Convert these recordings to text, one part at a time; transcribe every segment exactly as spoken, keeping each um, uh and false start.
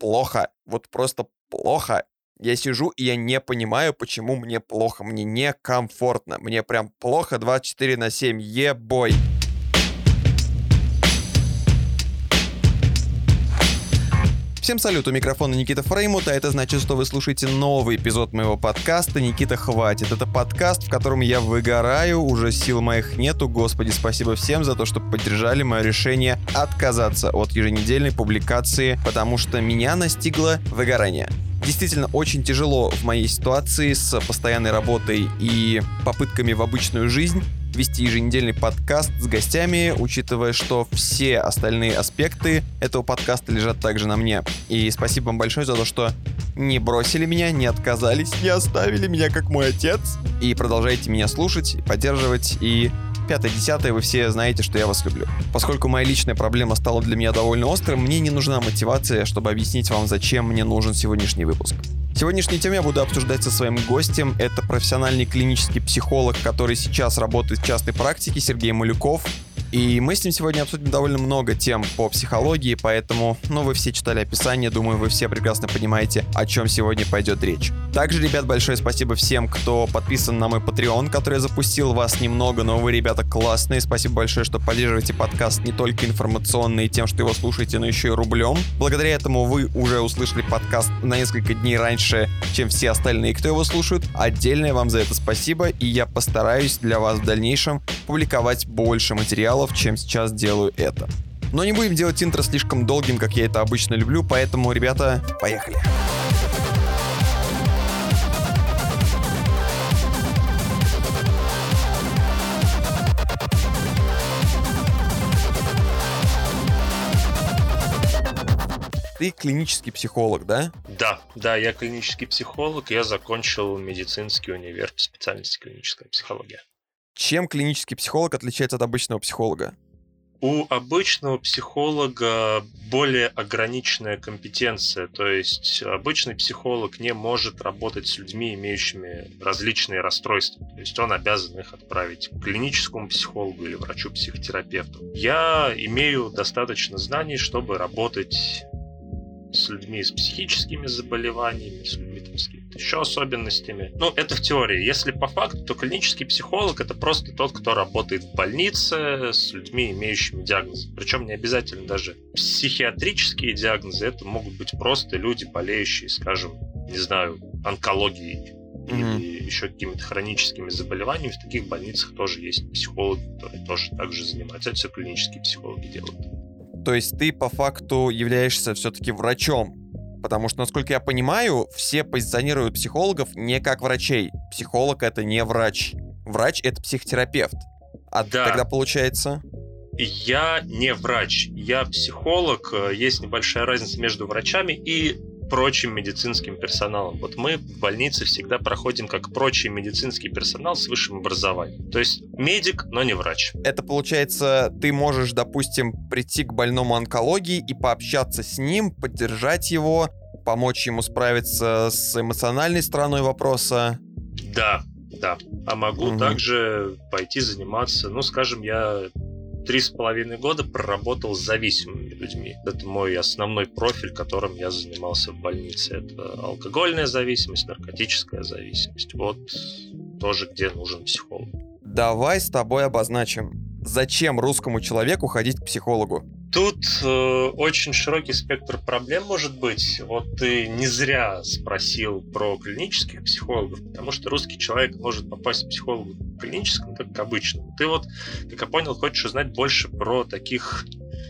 плохо. Вот просто плохо. Я сижу, и я не понимаю, почему мне плохо. Мне некомфортно. Мне прям плохо двадцать четыре на семь. Е-бой. Всем салют, у микрофона Никита Фреймут, а это значит, что вы слушаете новый эпизод моего подкаста «Никита, хватит». Это подкаст, в котором я выгораю, уже сил моих нету. Господи, спасибо всем за то, что поддержали мое решение отказаться от еженедельной публикации, потому что меня настигло выгорание. Действительно, очень тяжело в моей ситуации с постоянной работой и попытками в обычную жизнь вести еженедельный подкаст с гостями, учитывая, что все остальные аспекты этого подкаста лежат также на мне. И спасибо вам большое за то, что не бросили меня, не отказались, не оставили меня как мой отец. И продолжаете меня слушать, поддерживать. И пятое-десятое, вы все знаете, что я вас люблю. Поскольку моя личная проблема стала для меня довольно острой, мне не нужна мотивация, чтобы объяснить вам, зачем мне нужен сегодняшний выпуск. Сегодняшнюю тему я буду обсуждать со своим гостем. Это профессиональный клинический психолог, который сейчас работает в частной практике, Сергей Малюков. И мы с ним сегодня обсудим довольно много тем по психологии, поэтому, ну, вы все читали описание, думаю, вы все прекрасно понимаете, о чем сегодня пойдет речь. Также, ребят, большое спасибо всем, кто подписан на мой Patreon, который я запустил. Вас немного, но вы, ребята, классные. Спасибо большое, что поддерживаете подкаст не только информационный, тем, что его слушаете, но еще и рублем. Благодаря этому вы уже услышали подкаст на несколько дней раньше, чем все остальные, кто его слушает. Отдельное вам за это спасибо, и я постараюсь для вас в дальнейшем публиковать больше материалов, чем сейчас делаю это. Но не будем делать интро слишком долгим, как я это обычно люблю, поэтому, ребята, поехали. Ты клинический психолог, да? Да, да, я клинический психолог, я закончил медицинский универ по специальности клиническая психология. Чем клинический психолог отличается от обычного психолога? У обычного психолога более ограниченная компетенция, то есть обычный психолог не может работать с людьми, имеющими различные расстройства, то есть он обязан их отправить к клиническому психологу или врачу-психотерапевту. Я имею достаточно знаний, чтобы работать с людьми с психическими заболеваниями, с людьми там, с какими-то еще особенностями. Ну, это в теории. Если по факту, то клинический психолог — это просто тот, кто работает в больнице с людьми, имеющими диагнозы. Причем не обязательно даже психиатрические диагнозы. Это могут быть просто люди, болеющие, скажем, не знаю, онкологией mm-hmm. или еще какими-то хроническими заболеваниями. В таких больницах тоже есть психологи, которые тоже так же занимаются. Это все клинические психологи делают. То есть ты по факту являешься все-таки врачом, потому что, насколько я понимаю, все позиционируют психологов не как врачей. Психолог — это не врач. Врач — это психотерапевт. А да. Тогда получается... Я не врач, я психолог. Есть небольшая разница между врачами и прочим медицинским персоналом. Вот мы в больнице всегда проходим как прочий медицинский персонал с высшим образованием. То есть медик, но не врач. Это получается, ты можешь, допустим, прийти к больному онкологии и пообщаться с ним, поддержать его, помочь ему справиться с эмоциональной стороной вопроса. Да, да. А могу угу. также пойти заниматься, ну, скажем, я... Три с половиной года проработал с зависимыми людьми. Это мой основной профиль, которым я занимался в больнице. Это алкогольная зависимость, наркотическая зависимость. Вот тоже где нужен психолог. Давай с тобой обозначим, зачем русскому человеку ходить к психологу? Тут э, очень широкий спектр проблем может быть. Вот ты не зря спросил про клинических психологов, потому что русский человек может попасть к психологу клиническому, как к обычному. Ты вот, как я понял, хочешь узнать больше про таких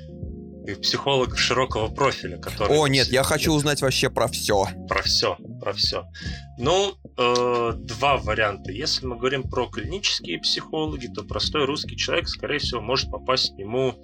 психологов широкого профиля, которые... О, нет, я хочу узнать вообще про все. Про все, про все. Ну, э, два варианта. Если мы говорим про клинические психологи, то простой русский человек, скорее всего, может попасть к нему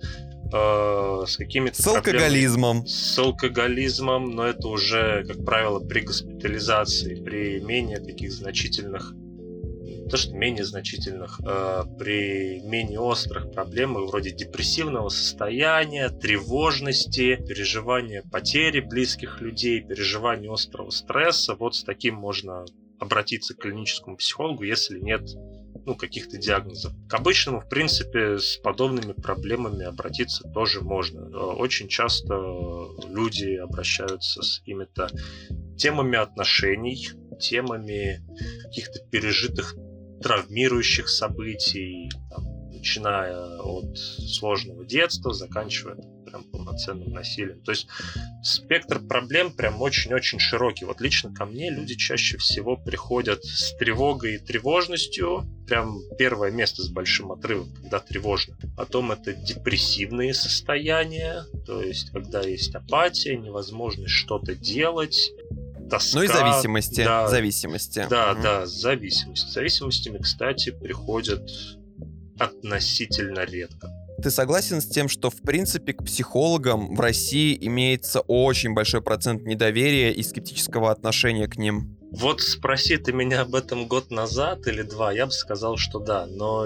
э, с какими-то С алкоголизмом. С алкоголизмом, но это уже, как правило, при госпитализации, при менее таких значительных, то, что менее значительных, э, при менее острых проблемах вроде депрессивного состояния, тревожности, переживания потери близких людей, переживания острого стресса. Вот с таким можно обратиться к клиническому психологу, если нет ну, каких-то диагнозов. К обычному, в принципе, с подобными проблемами обратиться тоже можно. Очень часто люди обращаются с какими-то темами отношений, темами каких-то пережитых травмирующих событий, там, начиная от сложного детства, заканчивая прям полноценным насилием. То есть спектр проблем прям очень-очень широкий. Вот лично ко мне люди чаще всего приходят с тревогой и тревожностью. Прям первое место с большим отрывом, когда тревожно. Потом это депрессивные состояния, то есть когда есть апатия, невозможность что-то делать, тоска. Ну и зависимости. Да, зависимости. Да, угу. да, зависимость. С зависимостями, кстати, приходят относительно редко. Ты согласен с тем, что, в принципе, к психологам в России имеется очень большой процент недоверия и скептического отношения к ним? Вот спроси ты меня об этом год назад или два, я бы сказал, что да. Но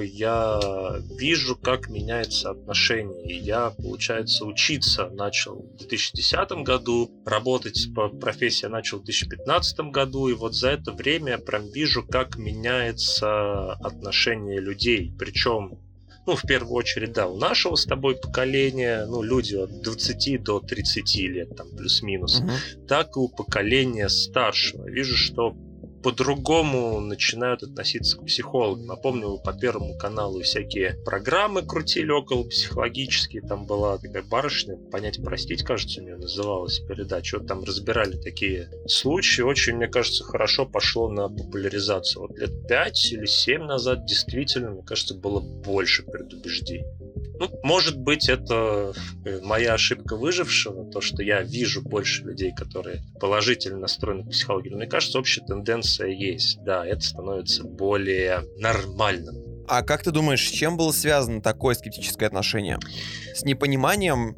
я вижу, как меняется отношение. И я, получается, учиться начал в две тысячи десятом году, работать по профессии я начал в две тысячи пятнадцатом году. И вот за это время я прям вижу, как меняется отношение людей. Причем, ну, в первую очередь, да, у нашего с тобой поколения, ну, люди от двадцати до тридцати лет, там, плюс-минус, Угу. так и у поколения старшего. Вижу, что по-другому начинают относиться к психологам. Напомню, по Первому каналу всякие программы крутили около психологические. Там была такая барышня, «Понять, простить», кажется, у нее называлась передача. Вот там разбирали такие случаи. Очень, мне кажется, хорошо пошло на популяризацию. Вот лет пять или семь назад действительно, мне кажется, было больше предубеждений. Ну, может быть, это моя ошибка выжившего, то, что я вижу больше людей, которые положительно настроены к психологии. Но мне кажется, общая тенденция есть. Да, это становится более нормальным. А как ты думаешь, с чем было связано такое скептическое отношение? С непониманием?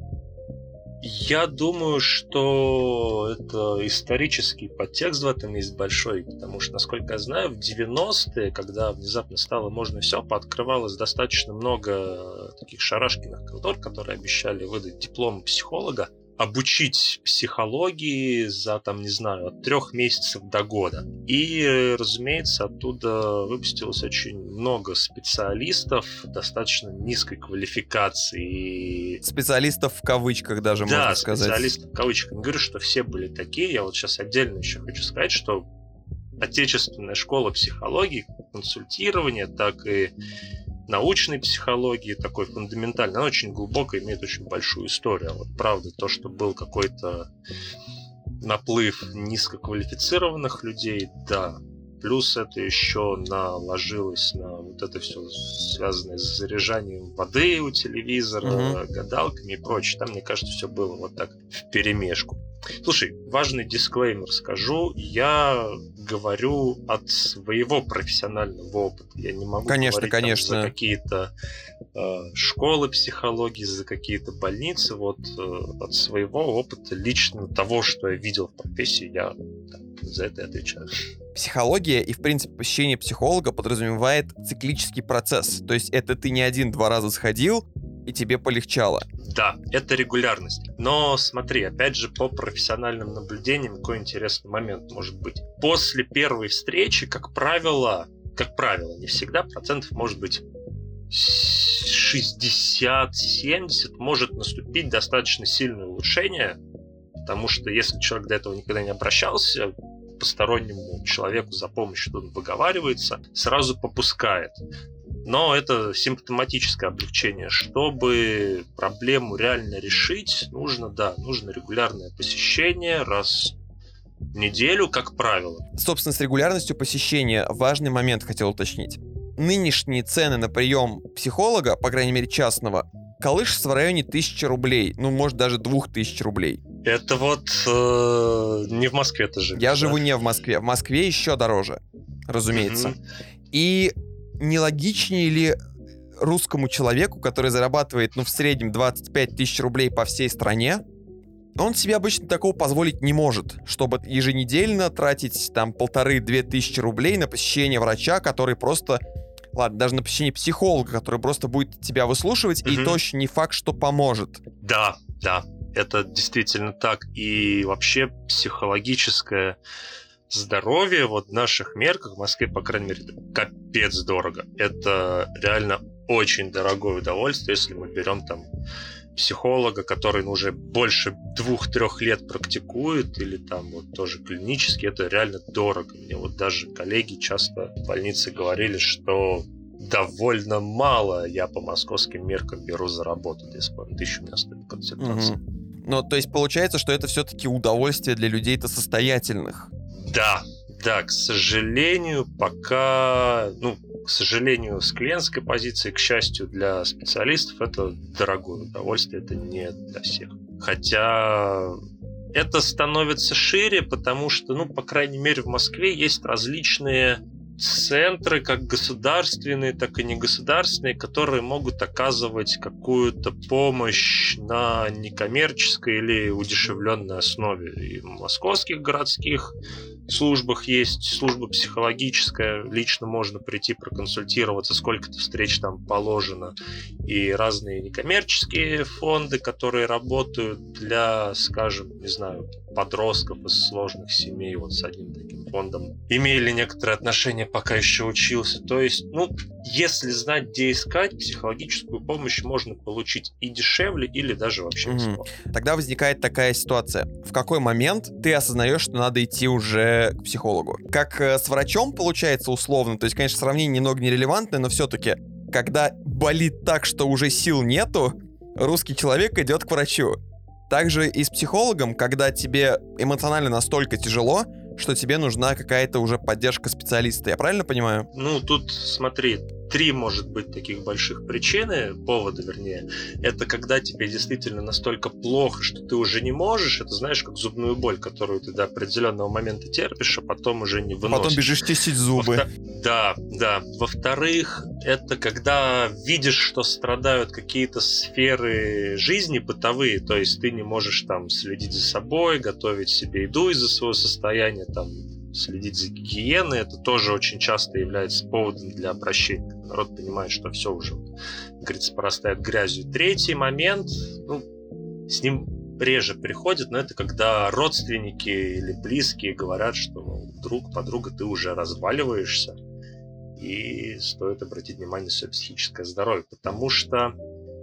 Я думаю, что это исторический подтекст в этом есть большой, потому что, насколько я знаю, в девяностые, когда внезапно стало можно все, пооткрывалось достаточно много таких шарашкиных контор, которые обещали выдать диплом психолога, обучить психологии за, там, не знаю, от трех месяцев до года. И, разумеется, оттуда выпустилось очень много специалистов достаточно низкой квалификации. Специалистов в кавычках даже, да, можно сказать. Да, специалистов в кавычках. Не говорю, что все были такие. Я вот сейчас отдельно еще хочу сказать, что отечественная школа психологии, консультирования, так и научной психологии, такой фундаментальной, она очень глубокая, имеет очень большую историю. А вот правда, то, что был какой-то наплыв низкоквалифицированных людей, да. Плюс это еще наложилось на вот это все связанное с заряжанием воды у телевизора, mm-hmm. гадалками и прочее. Там, мне кажется, все было вот так вперемешку. Слушай, важный дисклеймер скажу. Я говорю от своего профессионального опыта. Я не могу конечно, говорить конечно. Там, за какие-то э, школы психологии, за какие-то больницы. Вот э, от своего опыта, лично того, что я видел в профессии, я так, за это и отвечаю. Психология и, в принципе, посещение психолога подразумевает циклический процесс. То есть это ты не один-два раза сходил, и тебе полегчало. Да, это регулярность. Но смотри, опять же, по профессиональным наблюдениям, какой интересный момент может быть. После первой встречи, как правило, как правило, не всегда, процентов может быть шестьдесят-семьдесят, может наступить достаточно сильное улучшение, потому что если человек до этого никогда не обращался, постороннему человеку за помощью он выговаривается, сразу попускает. Но это симптоматическое облегчение. Чтобы проблему реально решить, нужно, да, нужно регулярное посещение раз в неделю, как правило. Собственно, с регулярностью посещения важный момент хотел уточнить. Нынешние цены на прием психолога, по крайней мере частного, колышутся в районе тысячи рублей, ну, может, даже двух тысяч рублей. Это вот э, не в Москве ты живешь. Я да? живу не в Москве. В Москве еще дороже, разумеется. Mm-hmm. И нелогичнее ли русскому человеку, который зарабатывает, ну, в среднем двадцать пять тысяч рублей по всей стране, он себе обычно такого позволить не может, чтобы еженедельно тратить там полторы-две тысячи рублей на посещение врача, который просто... Ладно, даже на посещение психолога, который просто будет тебя выслушивать, mm-hmm. и точно не факт, что поможет. Да, да, это действительно так. И вообще психологическая здоровье вот в наших мерках в Москве, по крайней мере, капец дорого. Это реально очень дорогое удовольствие, если мы берем там психолога, который ну, уже больше двух-трех лет практикует, или там вот тоже клинически, это реально дорого. Мне вот даже коллеги часто в больнице говорили, что довольно мало я по московским меркам беру за работу. две с половиной тысячи у меня стоит консультация. Угу. Ну, то есть получается, что это все-таки удовольствие для людей-то состоятельных. Да, да, к сожалению, пока, ну, к сожалению, с клиентской позиции, к счастью, для специалистов это дорогое удовольствие, это не для всех. Хотя это становится шире, потому что, ну, по крайней мере, в Москве есть различные центры, как государственные, так и негосударственные, которые могут оказывать какую-то помощь на некоммерческой или удешевленной основе. И в московских городских службах есть служба психологическая, лично можно прийти проконсультироваться, сколько-то встреч там положено, и разные некоммерческие фонды, которые работают для, скажем, не знаю, подростков из сложных семей, вот с одним таким фондом имели некоторые отношения, пока еще учился. То есть, ну, если знать, где искать, психологическую помощь можно получить и дешевле, или даже вообще бесплатно. Mm-hmm. Тогда возникает такая ситуация. В какой момент ты осознаешь, что надо идти уже к психологу? Как э, с врачом получается условно, то есть, конечно, сравнение немного нерелевантное, но все-таки, когда болит так, что уже сил нету, русский человек идет к врачу. Также и с психологом, когда тебе эмоционально настолько тяжело, что тебе нужна какая-то уже поддержка специалиста. Я правильно понимаю? Ну, тут, смотри, три, может быть, таких больших причины, повода, вернее. Это когда тебе действительно настолько плохо, что ты уже не можешь. Это, знаешь, как зубную боль, которую ты до определенного момента терпишь, а потом уже не выносишь. Потом бежишь чистить зубы. Во-втор... Да, да. Во-вторых, это когда видишь, что страдают какие-то сферы жизни бытовые, то есть ты не можешь там следить за собой, готовить себе еду из-за своего состояния, там, следить за гигиеной, это тоже очень часто является поводом для обращения. Народ понимает, что все уже, как говорится, порастает грязью. Третий момент, ну, с ним реже приходит, но это когда родственники или близкие говорят, что, ну, друг, подруга, ты уже разваливаешься, и стоит обратить внимание на свое психическое здоровье, потому что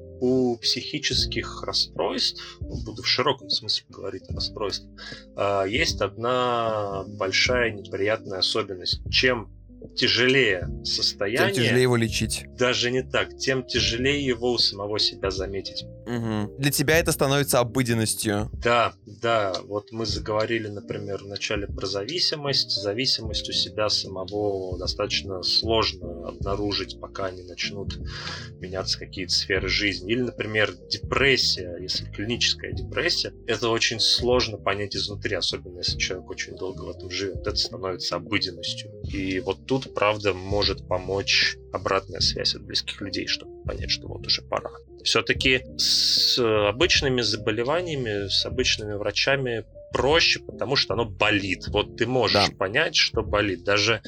у психических расстройств, буду в широком смысле говорить о расстройствах, есть одна большая неприятная особенность. Чем тяжелее состояние... Тем тяжелее его лечить. Даже не так. Тем тяжелее его у самого себя заметить. Угу. Для тебя это становится обыденностью. Да, да. Вот мы заговорили, например, вначале про зависимость. Зависимость у себя самого достаточно сложно обнаружить, пока не начнут меняться какие-то сферы жизни. Или, например, депрессия, если клиническая депрессия, это очень сложно понять изнутри, особенно если человек очень долго в этом живет. Это становится обыденностью. И вот тут, правда, может помочь обратная связь от близких людей, чтобы понять, что вот уже пора. Все-таки с обычными заболеваниями, с обычными врачами проще, потому что оно болит. Вот ты можешь да. понять, что болит. Даже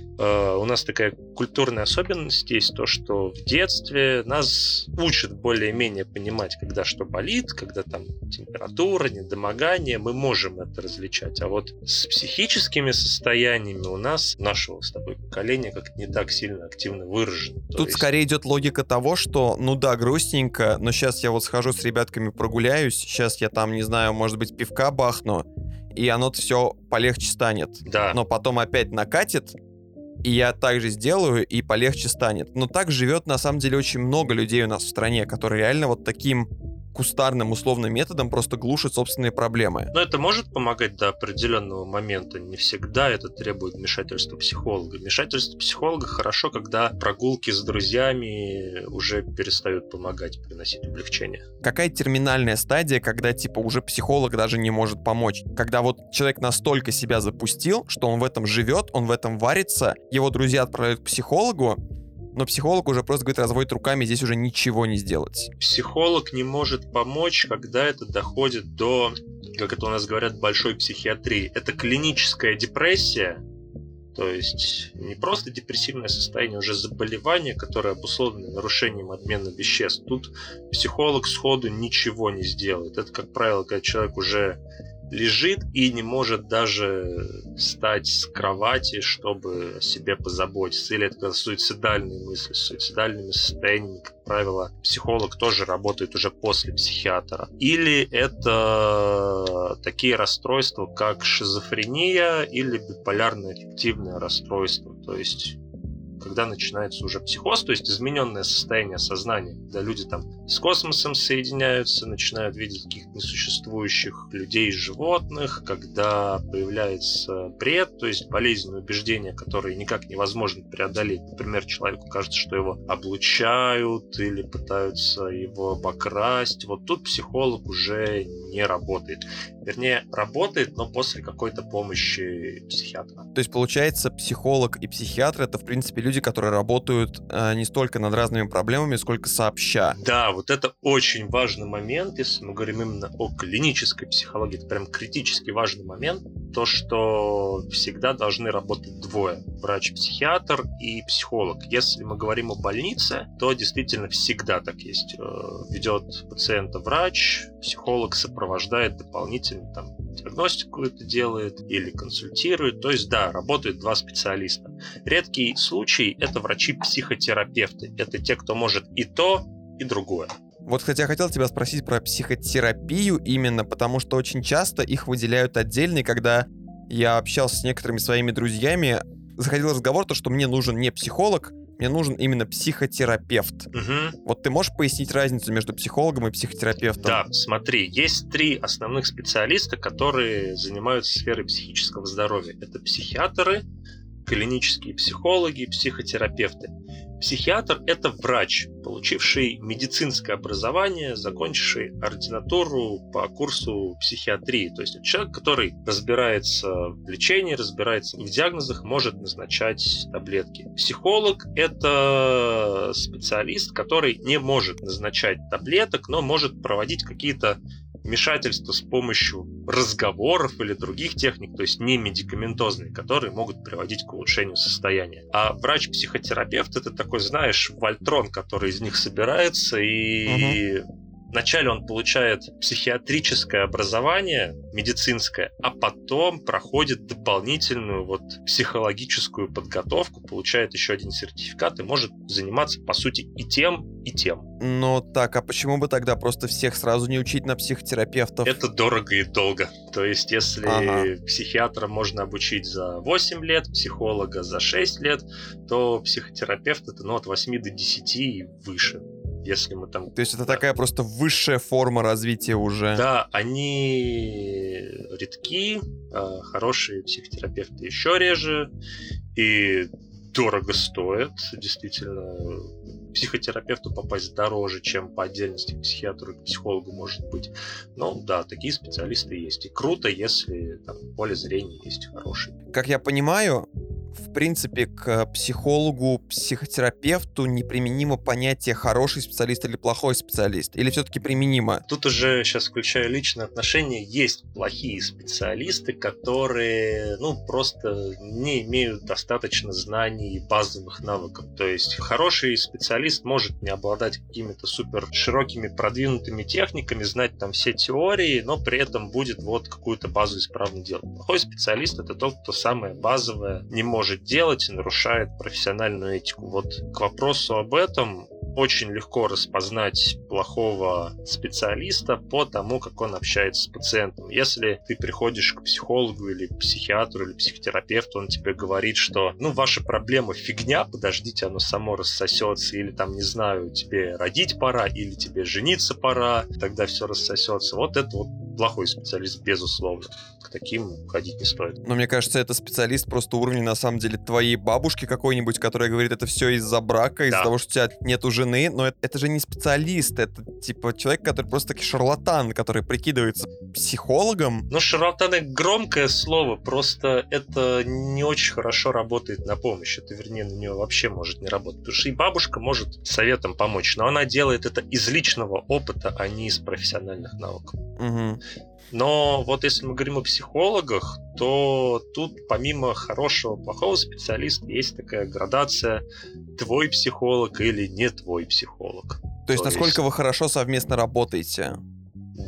э, у нас такая культурная особенность есть, то, что в детстве нас учат более-менее понимать, когда что болит, когда там температура, недомогание, мы можем это различать. А вот с психическими состояниями у нас, нашего с тобой поколения, как-то не так сильно активно выражено. Тут есть... скорее идет логика того, что, ну да, грустненько, но сейчас я вот схожу с ребятками прогуляюсь, сейчас я там, не знаю, может быть, пивка бахну, и оно-то все полегче станет. Да. Но потом опять накатит, и я так же сделаю, и полегче станет. Но так живет, на самом деле, очень много людей у нас в стране, которые реально вот таким кустарным условным методом просто глушат собственные проблемы. Но это может помогать до определенного момента. Не всегда это требует вмешательства психолога. Вмешательство психолога хорошо, когда прогулки с друзьями уже перестают помогать, приносить облегчение. Какая терминальная стадия, когда типа уже психолог даже не может помочь? Когда вот человек настолько себя запустил, что он в этом живет, он в этом варится, его друзья отправляют к психологу, но психолог уже просто говорит, разводит руками, здесь уже ничего не сделать. Психолог не может помочь, когда это доходит до, как это у нас говорят, большой психиатрии. Это клиническая депрессия, то есть не просто депрессивное состояние, уже заболевание, которое обусловлено нарушением обмена веществ. Тут психолог сходу ничего не сделает. Это, как правило, когда человек уже лежит и не может даже встать с кровати, чтобы о себе позаботиться. Или это суицидальные мысли, с суицидальными состояниями, как правило, психолог тоже работает уже после психиатра. Или это такие расстройства, как шизофрения или биполярное аффективное расстройство. То есть когда начинается уже психоз, то есть измененное состояние сознания, когда люди там с космосом соединяются, начинают видеть каких-то несуществующих людей и животных, когда появляется бред, то есть болезненные убеждения, которые никак невозможно преодолеть. Например, человеку кажется, что его облучают или пытаются его обокрасть. Вот тут психолог уже не работает. Вернее, работает, но после какой-то помощи психиатра. То есть, получается, психолог и психиатр — это, в принципе, люди, которые работают э, не столько над разными проблемами, сколько сообща. Да, вот это очень важный момент, если мы говорим именно о клинической психологии. Это прям критически важный момент. То, что всегда должны работать двое. Врач-психиатр и психолог. Если мы говорим о больнице, то действительно всегда так есть. Ведет пациента врач, психолог сопровождает дополнительно, там, диагностику это делает или консультирует. То есть, да, работают два специалиста. Редкий случай — это врачи-психотерапевты. Это те, кто может и то, и другое. Вот, кстати, я хотел тебя спросить про психотерапию именно, потому что очень часто их выделяют отдельно, и когда я общался с некоторыми своими друзьями, заходил разговор, то, что мне нужен не психолог, мне нужен именно психотерапевт. Угу. Вот ты можешь пояснить разницу между психологом и психотерапевтом? Да, смотри, есть три основных специалиста, которые занимаются сферой психического здоровья. Это психиатры, клинические психологи и психотерапевты. Психиатр — это врач, получивший медицинское образование, закончивший ординатуру по курсу психиатрии. То есть это человек, который разбирается в лечении, разбирается в диагнозах, может назначать таблетки. Психолог — это специалист, который не может назначать таблеток, но может проводить какие-то вмешательства с помощью разговоров или других техник, то есть не медикаментозные, которые могут приводить к улучшению состояния. А врач-психотерапевт — это такой, знаешь, вольтрон, который из них собирается, и угу. Вначале он получает психиатрическое образование, медицинское, а потом проходит дополнительную вот психологическую подготовку, получает еще один сертификат и может заниматься, по сути, и тем, и тем. Ну так, а почему бы тогда просто всех сразу не учить на психотерапевтов? Это дорого и долго. То есть, если ага. психиатра можно обучить за восемь лет, психолога за шесть лет, то психотерапевт — это ну, от восьми до десяти и выше. Если мы там... То есть это да. такая просто высшая форма развития уже. Да, они редки, хорошие психотерапевты еще реже, и дорого стоят. Действительно, психотерапевту попасть дороже, чем по отдельности к психиатру и к психологу может быть. Но да, такие специалисты есть. И круто, если там в поле зрения есть хороший. Как я понимаю, в принципе, к психологу, психотерапевту неприменимо понятие хороший специалист или плохой специалист? Или все-таки применимо? Тут уже, сейчас включаю личные отношения, есть плохие специалисты, которые, ну, просто не имеют достаточно знаний и базовых навыков. То есть хороший специалист может не обладать какими-то супер широкими продвинутыми техниками, знать там все теории, но при этом будет вот какую-то базу исправно делать. Плохой специалист — это тот, кто самое базовое не может делать и нарушает профессиональную этику. Вот к вопросу об этом: очень легко распознать плохого специалиста по тому, как он общается с пациентом. Если ты приходишь к психологу или психиатру или психотерапевту, он тебе говорит, что ну ваша проблема фигня, подождите, оно само рассосется, или там, не знаю, тебе родить пора, или тебе жениться пора, тогда все рассосется. Вот это вот плохой специалист, безусловно. К таким ходить не стоит. Но мне кажется, это специалист просто уровня, на самом деле, твоей бабушки какой-нибудь, которая говорит, это все из-за брака, из-за да. того, что у тебя нету жены. Но это, это же не специалист, это типа человек, который просто таки шарлатан, который прикидывается психологом. Ну, шарлатаны — громкое слово, просто это не очень хорошо работает на помощь. Это, вернее, на нее вообще может не работать. Потому что и бабушка может советом помочь, но она делает это из личного опыта, а не из профессиональных навыков. Угу. Но вот если мы говорим о психологах, то тут помимо хорошего, плохого специалиста есть такая градация: твой психолог или не твой психолог. То есть то насколько есть... вы хорошо совместно работаете? Да,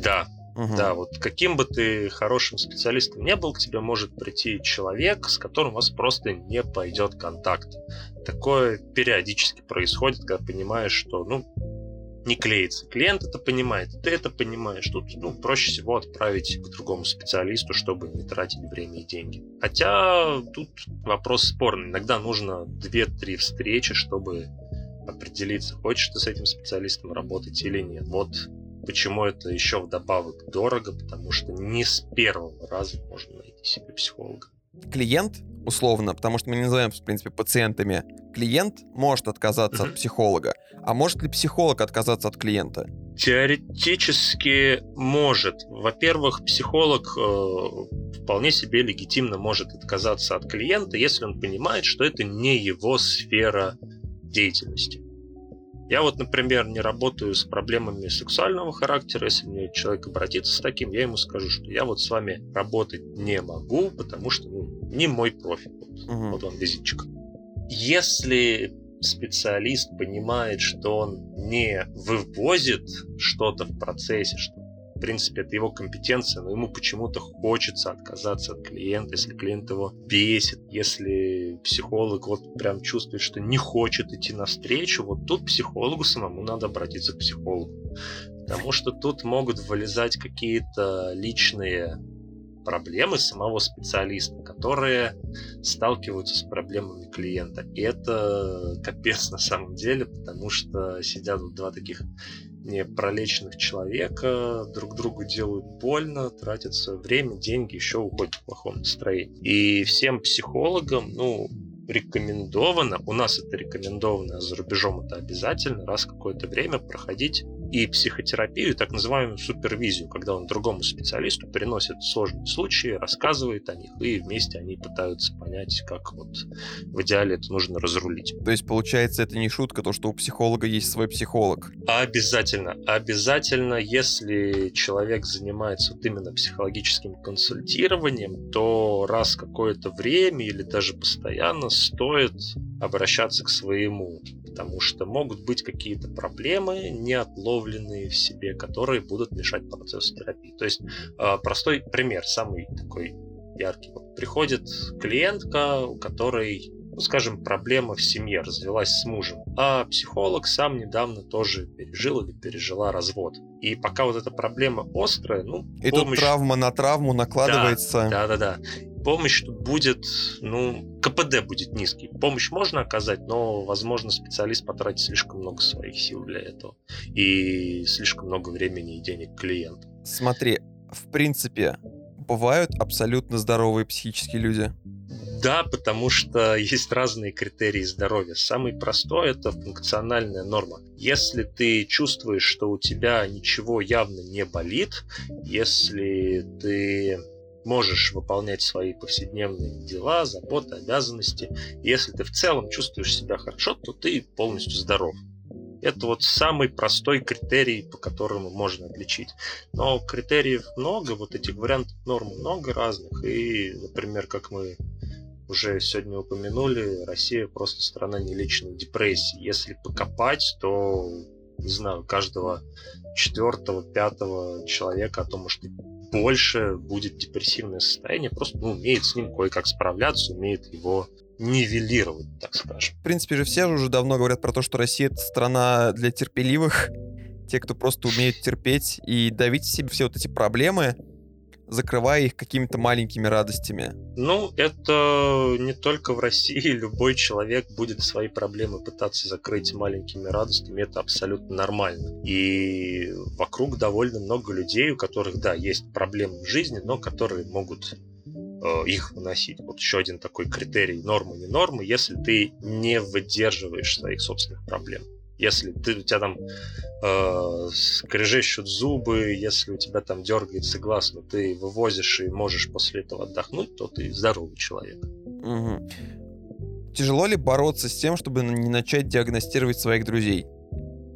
Угу. Да, вот каким бы ты хорошим специалистом не был, к тебе может прийти человек, с которым у вас просто не пойдет контакт. Такое периодически происходит, когда понимаешь, что, ну, не клеится. Клиент это понимает, ты это понимаешь. Тут, ну, проще всего отправить к другому специалисту, чтобы не тратить время и деньги. Хотя тут вопрос спорный. Иногда нужно две-три встречи, чтобы определиться, хочешь ты с этим специалистом работать или нет. Вот почему это еще вдобавок дорого, потому что не с первого раза можно найти себе психолога. Клиент, условно, потому что мы не называем, в принципе, пациентами, клиент может отказаться Mm-hmm. от психолога. А может ли психолог отказаться от клиента? Теоретически может. Во-первых, психолог э, вполне себе легитимно может отказаться от клиента, если он понимает, что это не его сфера деятельности. Я вот, например, не работаю с проблемами сексуального характера. Если мне человек обратится с таким, я ему скажу, что я вот с вами работать не могу, потому что, ну, не мой профиль. Вот, Угу. вот вам визитчик. Если специалист понимает, что он не вывозит что-то в процессе, что, в принципе, это его компетенция, но ему почему-то хочется отказаться от клиента, если клиент его бесит, если психолог вот прям чувствует, что не хочет идти навстречу, вот тут психологу самому надо обратиться к психологу. Потому что тут могут вылезать какие-то личные проблемы самого специалиста, которые сталкиваются с проблемами клиента. И это капец на самом деле, потому что сидят вот два таких непролеченных человека, друг другу делают больно, тратят свое время, деньги, еще уходят в плохом настроении. И всем психологам, ну, рекомендовано, у нас это рекомендовано, а за рубежом это обязательно, раз в какое-то время проходить и психотерапию, и так называемую супервизию, когда он другому специалисту приносит сложные случаи, рассказывает о них, и вместе они пытаются понять, как вот в идеале это нужно разрулить. То есть, получается, это не шутка, то, что у психолога есть свой психолог? Обязательно. Обязательно, если человек занимается вот именно психологическим консультированием, то раз в какое-то время или даже постоянно стоит обращаться к своему. Потому что могут быть какие-то проблемы, не отловленные в себе, которые будут мешать процессу терапии. То есть простой пример, самый такой яркий. Вот приходит клиентка, у которой, ну, скажем, проблема в семье, развелась с мужем, а психолог сам недавно тоже пережил или пережила развод. И пока вот эта проблема острая, ну, И помощь... тут травма на травму накладывается. Да, да, да. Помощь тут будет, ну, КПД будет низкий. Помощь можно оказать, но, возможно, специалист потратит слишком много своих сил для этого. И слишком много времени и денег клиенту. Смотри, в принципе, бывают абсолютно здоровые психические люди. Да, потому что есть разные критерии здоровья. Самый простой – это функциональная норма. Если ты чувствуешь, что у тебя ничего явно не болит, если ты можешь выполнять свои повседневные дела, заботы, обязанности, если ты в целом чувствуешь себя хорошо, то ты полностью здоров. Это вот самый простой критерий, по которому можно отличить. Но критериев много, вот этих вариантов нормы много разных. И, например, как мы уже сегодня упомянули, Россия просто страна нелеченной депрессии. Если покопать, то, не знаю, каждого четвертого, пятого человека, а то, может, и больше будет депрессивное состояние, просто, ну, умеет с ним кое-как справляться, умеет его нивелировать, так скажем. В принципе же все уже давно говорят про то, что Россия — это страна для терпеливых, те, кто просто умеют терпеть и давить в себе все вот эти проблемы, закрывая их какими-то маленькими радостями. Ну, это не только в России. Любой человек будет свои проблемы пытаться закрыть маленькими радостями. Это абсолютно нормально. И вокруг довольно много людей, у которых, да, есть проблемы в жизни, но которые могут э, их выносить. Вот еще один такой критерий нормы, не нормы, если ты не выдерживаешь своих собственных проблем. Если ты, у тебя там э, скрежещут зубы, если у тебя там дергается глаз, но ты вывозишь и можешь после этого отдохнуть, то ты здоровый человек. Угу. Тяжело ли бороться с тем, чтобы не начать диагностировать своих друзей?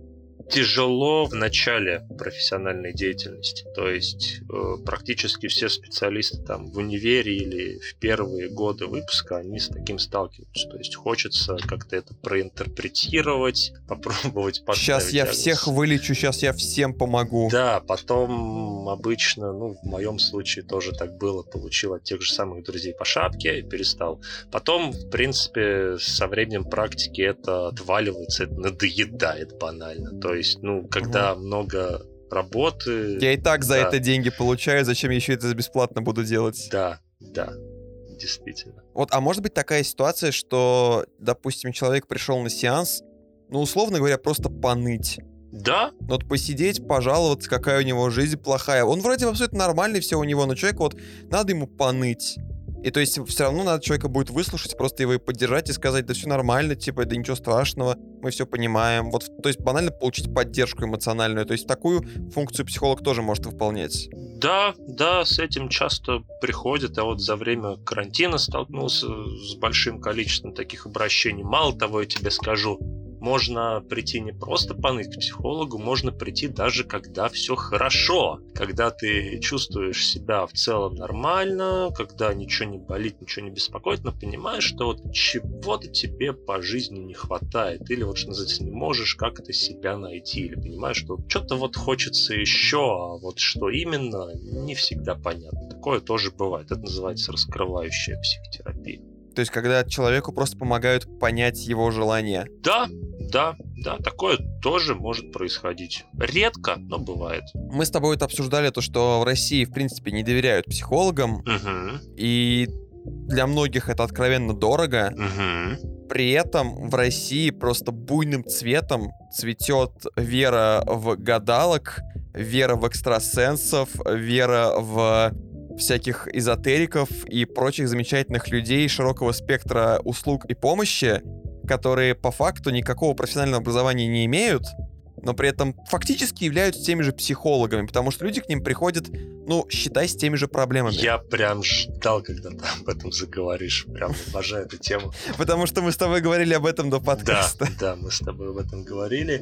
тяжело в начале профессиональной деятельности. То есть э, практически все специалисты там в универе или в первые годы выпуска, они с таким сталкиваются. То есть хочется как-то это проинтерпретировать, попробовать поставить. Сейчас я диагноз. всех вылечу, сейчас я всем помогу. Да, потом обычно, ну, в моем случае тоже так было, получил от тех же самых друзей по шапке и перестал. Потом, в принципе, со временем практики это отваливается, это надоедает банально. То есть, ну, когда угу. много работы... Я и так за да. это деньги получаю, зачем я еще это бесплатно буду делать? Да, да, действительно. Вот, а может быть такая ситуация, что, допустим, человек пришел на сеанс, ну, условно говоря, просто поныть. Да. Вот посидеть, пожаловаться, какая у него жизнь плохая. Он вроде абсолютно нормальный, все у него, но человеку вот надо ему поныть. И то есть все равно надо человека будет выслушать, просто его и поддержать и сказать, да все нормально, типа, да ничего страшного, мы все понимаем. Вот, то есть банально получить поддержку эмоциональную. То есть такую функцию психолог тоже может выполнять. Да, да, с этим часто приходят. Я вот за время карантина столкнулся с большим количеством таких обращений. Мало того, я тебе скажу, можно прийти не просто поныть к психологу, можно прийти даже когда все хорошо, когда ты чувствуешь себя в целом нормально, когда ничего не болит, ничего не беспокоит, но понимаешь, что вот чего-то тебе по жизни не хватает, или вот что называется, не можешь как-то себя найти, или понимаешь, что что-то вот хочется еще, а вот что именно, не всегда понятно. Такое тоже бывает. Это называется раскрывающая психотерапия. То есть, когда человеку просто помогают понять его желания. Да, да, да, такое тоже может происходить. Редко, но бывает. Мы с тобой это обсуждали, то, что в России, в принципе, не доверяют психологам. Угу. И для многих это откровенно дорого. Угу. При этом в России просто буйным цветом цветет вера в гадалок, вера в экстрасенсов, вера в... всяких эзотериков и прочих замечательных людей широкого спектра услуг и помощи, которые по факту никакого профессионального образования не имеют, но при этом фактически являются теми же психологами, потому что люди к ним приходят, ну, считай, с теми же проблемами. Я прям ждал, когда ты об этом заговоришь. Прям обожаю эту тему. Потому что мы с тобой говорили об этом до подкаста. Да, да, мы с тобой об этом говорили.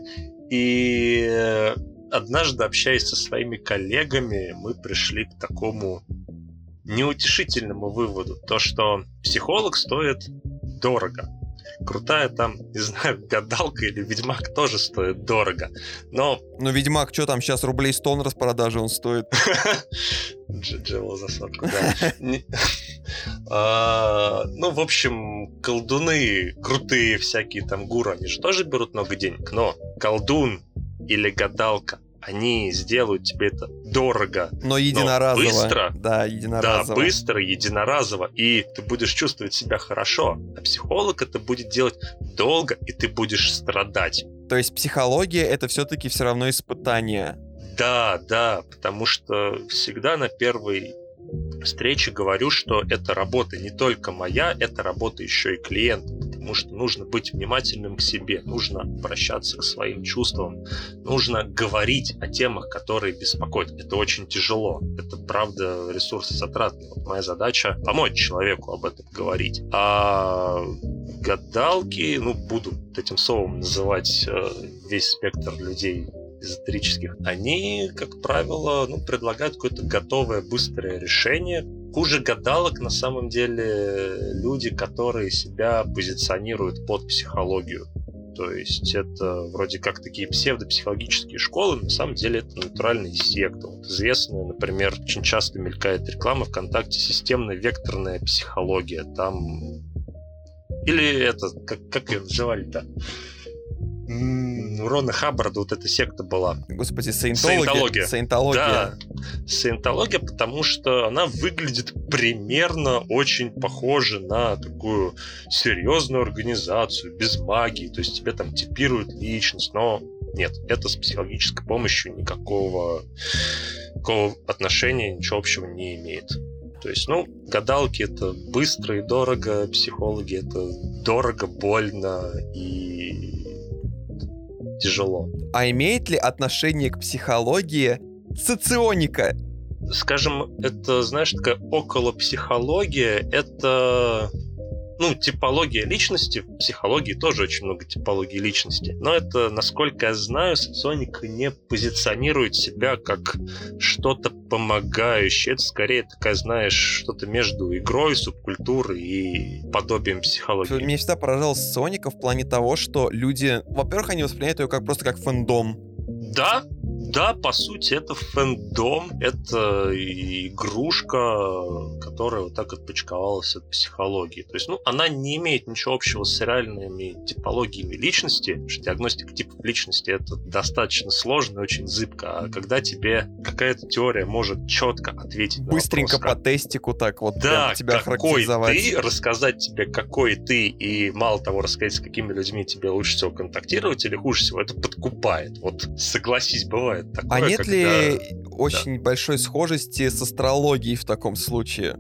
И однажды, общаясь со своими коллегами, мы пришли к такому неутешительному выводу. То, что психолог стоит дорого. Крутая там, не знаю, гадалка или ведьмак тоже стоит дорого. Но... Ну, ведьмак, что там сейчас, рублей сто на распродаже он стоит? Джело за сотку, да. Ну, в общем, колдуны крутые всякие там гуру, они же тоже берут много денег. Но колдун или гадалка, они сделают тебе это дорого, но единоразово. Но быстро. Да, единоразово. Да, быстро, единоразово. И ты будешь чувствовать себя хорошо. А психолог это будет делать долго, и ты будешь страдать. То есть психология — это все-таки все равно испытание. Да, да, потому что всегда на первой встрече говорю, что эта работа не только моя, это работа еще и клиента, потому что нужно быть внимательным к себе, нужно обращаться к своим чувствам, нужно говорить о темах, которые беспокоят. Это очень тяжело, это правда ресурсозатратно. Вот моя задача — помочь человеку об этом говорить. А гадалки, ну, буду этим словом называть весь спектр людей эзотерических, они, как правило, ну, предлагают какое-то готовое, быстрое решение. Хуже гадалок, на самом деле, люди, которые себя позиционируют под психологию. То есть это вроде как такие псевдопсихологические школы, на самом деле это натуральные секты. Вот известная, например, очень часто мелькает реклама ВКонтакте «Системно-векторная психология». Там... Или это, как, как ее называли-то? У Рона Хаббарда вот эта секта была. Господи, саентология. Саентология. Саентология. Да, саентология, потому что она выглядит примерно очень похоже на такую серьезную организацию, без магии. То есть тебе там типируют личность, но нет, это с психологической помощью никакого, никакого отношения, ничего общего не имеет. То есть, ну, гадалки — это быстро и дорого, психологи — это дорого, больно и тяжело. А имеет ли отношение к психологии соционика? Скажем, это, знаешь, такая околопсихология, это Ну, типология личности, в психологии тоже очень много типологии личности. Но это, насколько я знаю, соционика не позиционирует себя как что-то помогающее. Это скорее такая, знаешь, что-то между игрой, субкультурой и подобием психологии. Меня всегда поражала соционика в плане того, что люди, во-первых, они воспринимают ее как просто как фэндом. Да, да, по сути, это фэндом, это игрушка, которая вот так отпочковалась от психологии. То есть, ну, она не имеет ничего общего с реальными типологиями личности, потому что диагностика типов личности — это достаточно сложно и очень зыбко. А когда тебе какая-то теория может четко ответить на быстренько вопрос, по тестику так вот да, прям тебя какой характеризовать. ты, рассказать тебе, какой ты, и мало того, рассказать, с какими людьми тебе лучше всего контактировать или хуже всего, это подкупает. Вот согласись, бывает такое. А нет когда... ли очень да. большой схожести с астрологией в таком случае?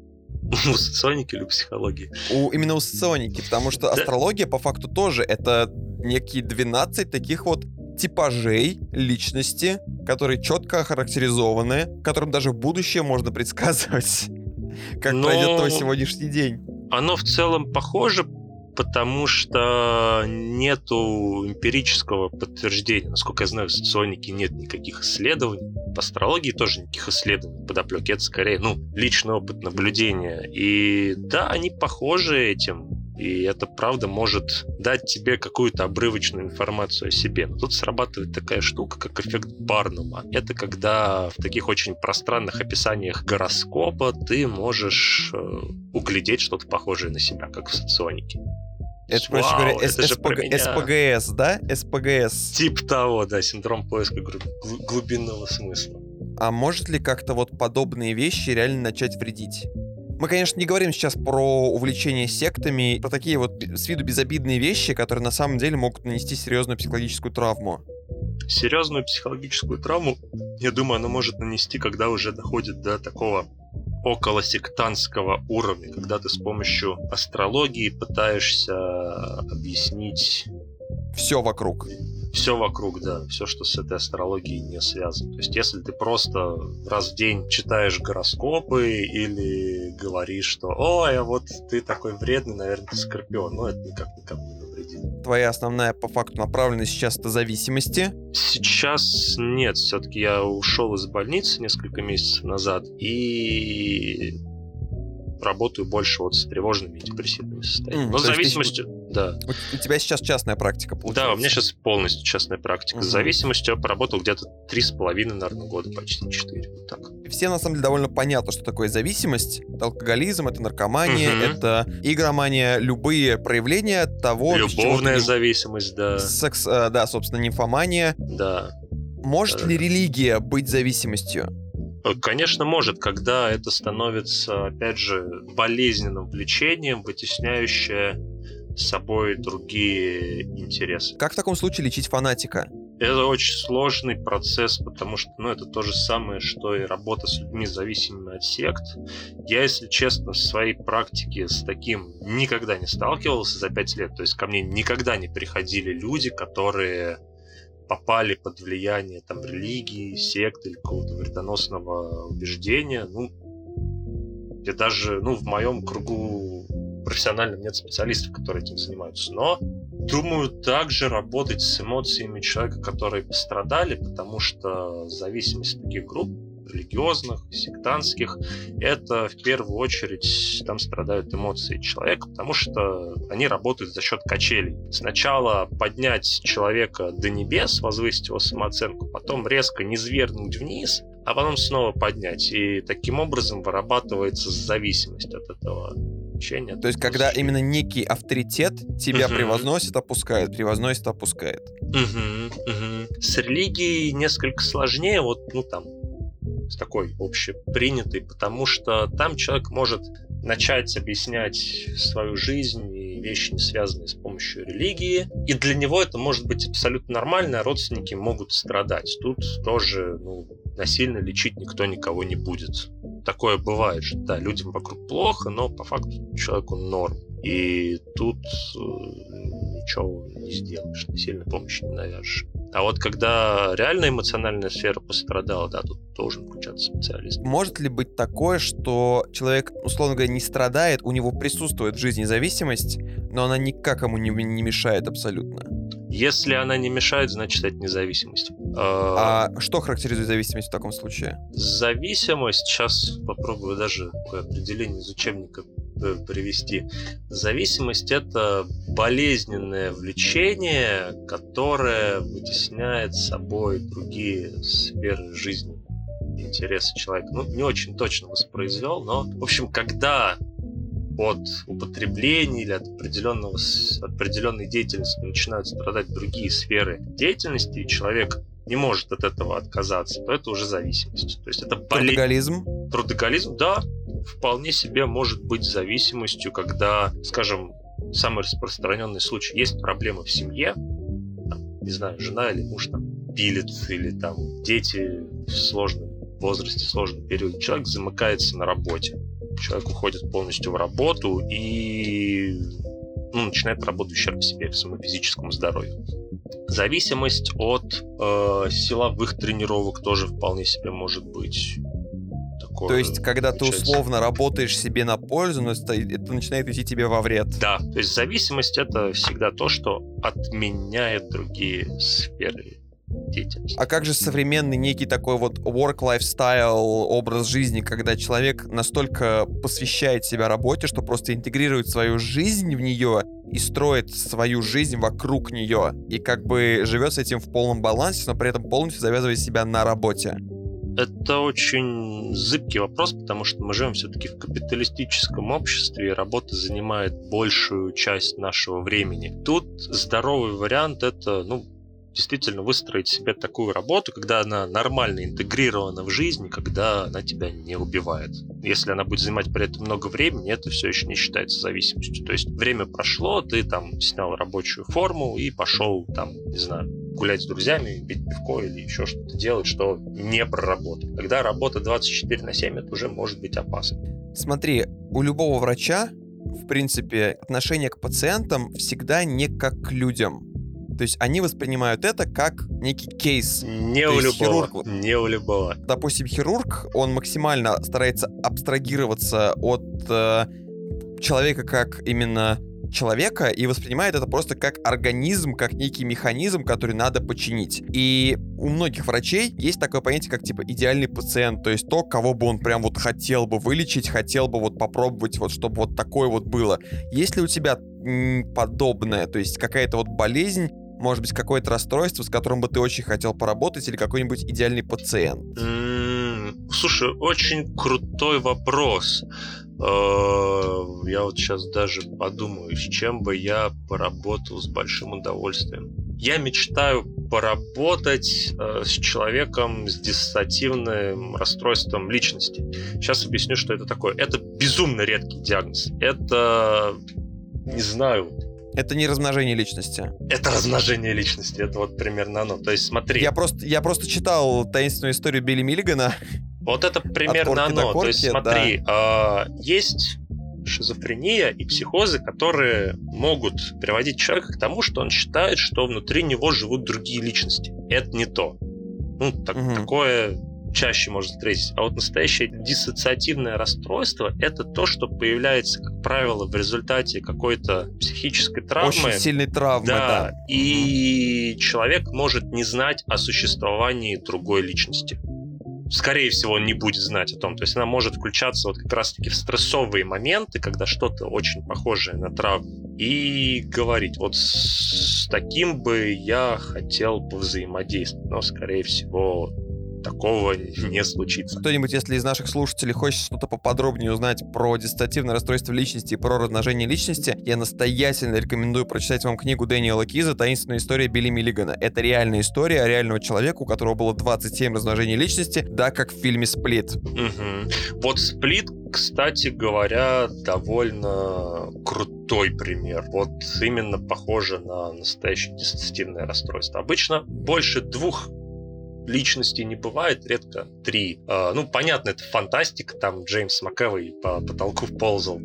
У соционики или у психологии? У, именно у соционики, потому что да. астрология по факту тоже это некие двенадцать таких вот типажей личности, которые четко охарактеризованы, которым даже в будущее можно предсказывать, как Но... пройдет твой сегодняшний день. Оно в целом похоже, потому что нету эмпирического подтверждения. Насколько я знаю, в соционике нет никаких исследований. В астрологии тоже никаких исследований подоплеки. Это скорее, ну, личный опыт наблюдения. И да, они похожи этим. И это, правда, может дать тебе какую-то обрывочную информацию о себе. Но тут срабатывает такая штука, как эффект Барнума. Это когда в таких очень пространных описаниях гороскопа ты можешь э, углядеть что-то похожее на себя, как в соционике. Это, Вау, проще говоря, это эс пэ гэ, эс пэ гэ эс, да? эс пэ гэ эс. Тип того, да, синдром поиска глубинного смысла. А может ли как-то вот подобные вещи реально начать вредить? Мы, конечно, не говорим сейчас про увлечение сектами, про такие вот с виду безобидные вещи, которые на самом деле могут нанести серьезную психологическую травму. Серьезную психологическую травму, я думаю, она может нанести, когда уже доходит до такого околосектантского уровня, когда ты с помощью астрологии пытаешься объяснить все вокруг. Все вокруг, да, все, что с этой астрологией не связано. То есть, если ты просто раз в день читаешь гороскопы или говоришь, что «Ой, а вот ты такой вредный, наверное, ты скорпион», ну, это никак никому не навредит. Твоя основная, по факту, направленность сейчас — это зависимости? Сейчас нет, все-таки я ушел из больницы несколько месяцев назад и работаю больше вот с тревожными и депрессивными состояниями. Mm, Но с зависимостью, ты... да. У тебя сейчас частная практика, получается? Да, у меня сейчас полностью частная практика. Uh-huh. С зависимостью я поработал где-то три с половиной, наверное, года, почти четыре. Вот так. Все, на самом деле, довольно понятно, что такое зависимость. Это алкоголизм, это наркомания, uh-huh. это игромания, любые проявления того... Любовная зависимость, да. Секс, да, собственно, нимфомания. Да. Может да. ли религия быть зависимостью? Конечно, может, когда это становится, опять же, болезненным влечением, вытесняющее собой другие интересы. Как в таком случае лечить фанатика? Это очень сложный процесс, потому что, ну, это то же самое, что и работа с людьми, зависимыми от сект. Я, если честно, в своей практике с таким никогда не сталкивался за пять лет. То есть ко мне никогда не приходили люди, которые попали под влияние там религии, секты или какого-то вредоносного убеждения. Ну, я даже, ну, в моем кругу профессиональном нет специалистов, которые этим занимаются. Но, думаю, также работать с эмоциями человека, которые пострадали, потому что зависимость таких групп, религиозных, сектантских, это в первую очередь там страдают эмоции человека, потому что они работают за счет качелей. Сначала поднять человека до небес, возвысить его самооценку, потом резко низвергнуть вниз, а потом снова поднять. И таким образом вырабатывается зависимость от этого учения. То есть, когда именно некий авторитет тебя uh-huh. превозносит, опускает, превозносит, опускает. Uh-huh. Uh-huh. С религией несколько сложнее, вот, ну, там, с такой общепринятой, потому что там человек может начать объяснять свою жизнь и вещи, не связанные с помощью религии, и для него это может быть абсолютно нормально, а родственники могут страдать. Тут тоже, ну, насильно лечить никто никого не будет. Такое бывает, что да, людям вокруг плохо, но по факту человеку норм. И тут э, ничего не сделаешь, насильно помощи не навяжешь. А вот когда реально эмоциональная сфера пострадала, да, тут должен включаться специалист. Может ли быть такое, что человек, условно говоря, не страдает, у него присутствует в жизни зависимость, но она никак ему не, не мешает абсолютно? Если она не мешает, значит, это независимость. А что характеризует зависимость в таком случае? Зависимость, сейчас попробую даже такое определение из учебника привести. Зависимость — это болезненное влечение, которое вытесняет с собой другие сферы жизни, интересы человека. Ну, не очень точно воспроизвел, но, в общем, когда от употребления или от определенного, определенной деятельности начинают страдать другие сферы деятельности, и человек не может от этого отказаться, то это уже зависимость. То есть это болезнь. Трудоголизм? Трудоголизм, да, вполне себе может быть зависимостью, когда, скажем, самый распространенный случай, есть проблемы в семье, там, не знаю, жена или муж там пилит, или там дети в сложном возрасте, в сложном периоде, человек замыкается на работе. Человек уходит полностью в работу и ну, начинает работать в ущерб себе, своему физическому здоровью. Зависимость от э, силовых тренировок тоже вполне себе может быть. Такое то есть, когда получается. Ты условно работаешь себе на пользу, но это, это начинает идти тебе во вред. Да, то есть зависимость — это всегда то, что отменяет другие сферы деятельности. А как же современный некий такой вот work-lifestyle образ жизни, когда человек настолько посвящает себя работе, что просто интегрирует свою жизнь в нее и строит свою жизнь вокруг нее, и как бы живет с этим в полном балансе, но при этом полностью завязывает себя на работе? Это очень зыбкий вопрос, потому что мы живем все-таки в капиталистическом обществе, и работа занимает большую часть нашего времени. Тут здоровый вариант — это, ну, действительно выстроить себе такую работу, когда она нормально интегрирована в жизнь, когда она тебя не убивает. Если она будет занимать при этом много времени, это все еще не считается зависимостью. То есть время прошло, ты там снял рабочую форму и пошел там, не знаю, гулять с друзьями, пить пивко или еще что-то делать, что не про работу. Когда работа двадцать четыре на семь, это уже может быть опасно. Смотри, у любого врача, в принципе, отношение к пациентам всегда не как к людям. То есть они воспринимают это как некий кейс. Не То у есть любого. хирург, Не у любого. Допустим, хирург, он максимально старается абстрагироваться от э, человека как именно человека и воспринимает это просто как организм, как некий механизм, который надо починить. И у многих врачей есть такое понятие, как типа идеальный пациент, то есть то, кого бы он прям вот хотел бы вылечить, хотел бы вот попробовать, вот чтобы вот такое вот было. Есть ли у тебя м, подобное, то есть какая-то вот болезнь, может быть, какое-то расстройство, с которым бы ты очень хотел поработать, или какой-нибудь идеальный пациент? Mm, слушай, очень крутой вопрос. Я вот сейчас даже подумаю, с чем бы я поработал с большим удовольствием. Я мечтаю поработать э, с человеком с диссоциативным расстройством личности. Сейчас объясню, что это такое. Это безумно редкий диагноз. Это, не знаю... Это не размножение личности. Это размножение личности. Это вот примерно оно. То есть смотри... Я просто, я просто читал таинственную историю Билли Миллигана. Вот это примерно оно. Корки, то есть смотри, да. э, есть шизофрения и психозы, которые могут приводить человека к тому, что он считает, что внутри него живут другие личности. Это не то. Ну, так, угу. Такое чаще можно встретить. А вот настоящее диссоциативное расстройство — это то, что появляется, как правило, в результате какой-то психической травмы. Очень сильной травмы, да. да. И угу. человек может не знать о существовании другой личности. Скорее всего, он не будет знать о том. То есть она может включаться вот как раз-таки в стрессовые моменты, когда что-то очень похожее на травму, и говорить, вот с таким бы я хотел повзаимодействовать, но, скорее всего, такого не случится. Кто-нибудь, если из наших слушателей хочет что-то поподробнее узнать про диссоциативное расстройство личности и про размножение личности, я настоятельно рекомендую прочитать вам книгу Дэниела Киза «Таинственная история Билли Миллигана». Это реальная история реального человека, у которого было двадцать семь размножений личности, да, как в фильме «Сплит». Угу. Вот «Сплит», кстати говоря, довольно крутой пример. Вот именно похоже на настоящее диссоциативное расстройство. Обычно больше двух личностей не бывает, редко три. А, ну, понятно, это фантастика, там Джеймс Макэвой по потолку ползал,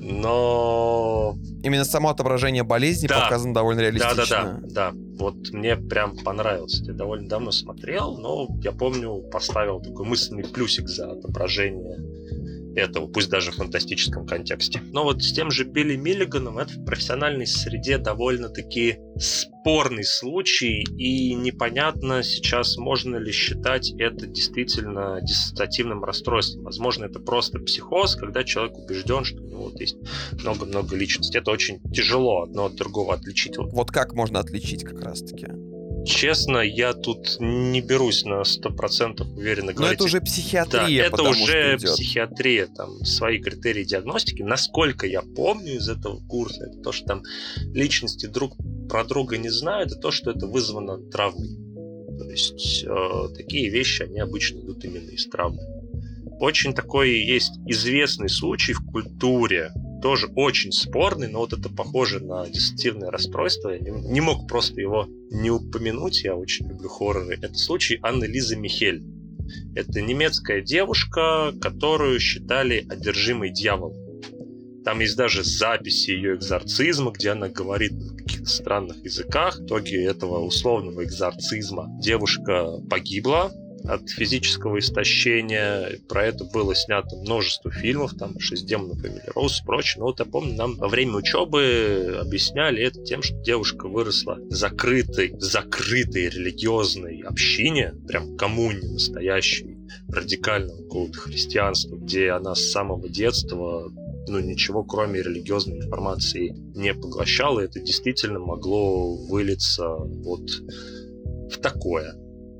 но... Именно само отображение болезни да. показано довольно реалистично. Да-да-да, да. Вот мне прям понравилось. Я довольно давно смотрел, но я помню, поставил такой мысленный плюсик за отображение этого, пусть даже в фантастическом контексте. Но вот с тем же Билли Миллиганом это в профессиональной среде довольно-таки спорный случай, и непонятно сейчас, можно ли считать это действительно диссоциативным расстройством. Возможно, это просто психоз, когда человек убежден, что у него вот есть много-много личностей. Это очень тяжело одно от другого отличить. Вот как можно отличить как раз-таки? Честно, я тут не берусь на сто процентов уверенно говорить. Но это уже психиатрия, да, это уже психиатрия, там свои критерии диагностики. Насколько я помню из этого курса, это то, что там личности друг про друга не знают, и то, что это вызвано травмой. То есть э, такие вещи, они обычно идут именно из травмы. Очень такой есть известный случай в культуре, тоже очень спорный, но вот это похоже на диссоциативное расстройство. Я не, не мог просто его не упомянуть, я очень люблю хорроры. Это случай Анны Лизы Михель. Это немецкая девушка, которую считали одержимой дьяволом. Там есть даже записи ее экзорцизма, где она говорит на каких-то странных языках. В итоге этого условного экзорцизма девушка погибла от физического истощения. Про это было снято множество фильмов, там «Шесть демонов Эмили Роуз» и прочее. Но вот я помню, нам во время учебы объясняли это тем, что девушка выросла в закрытой, закрытой религиозной общине, прям коммуне настоящей, радикального какого-то христианства, где она с самого детства ну, ничего, кроме религиозной информации, не поглощала. Это действительно могло вылиться вот в такое.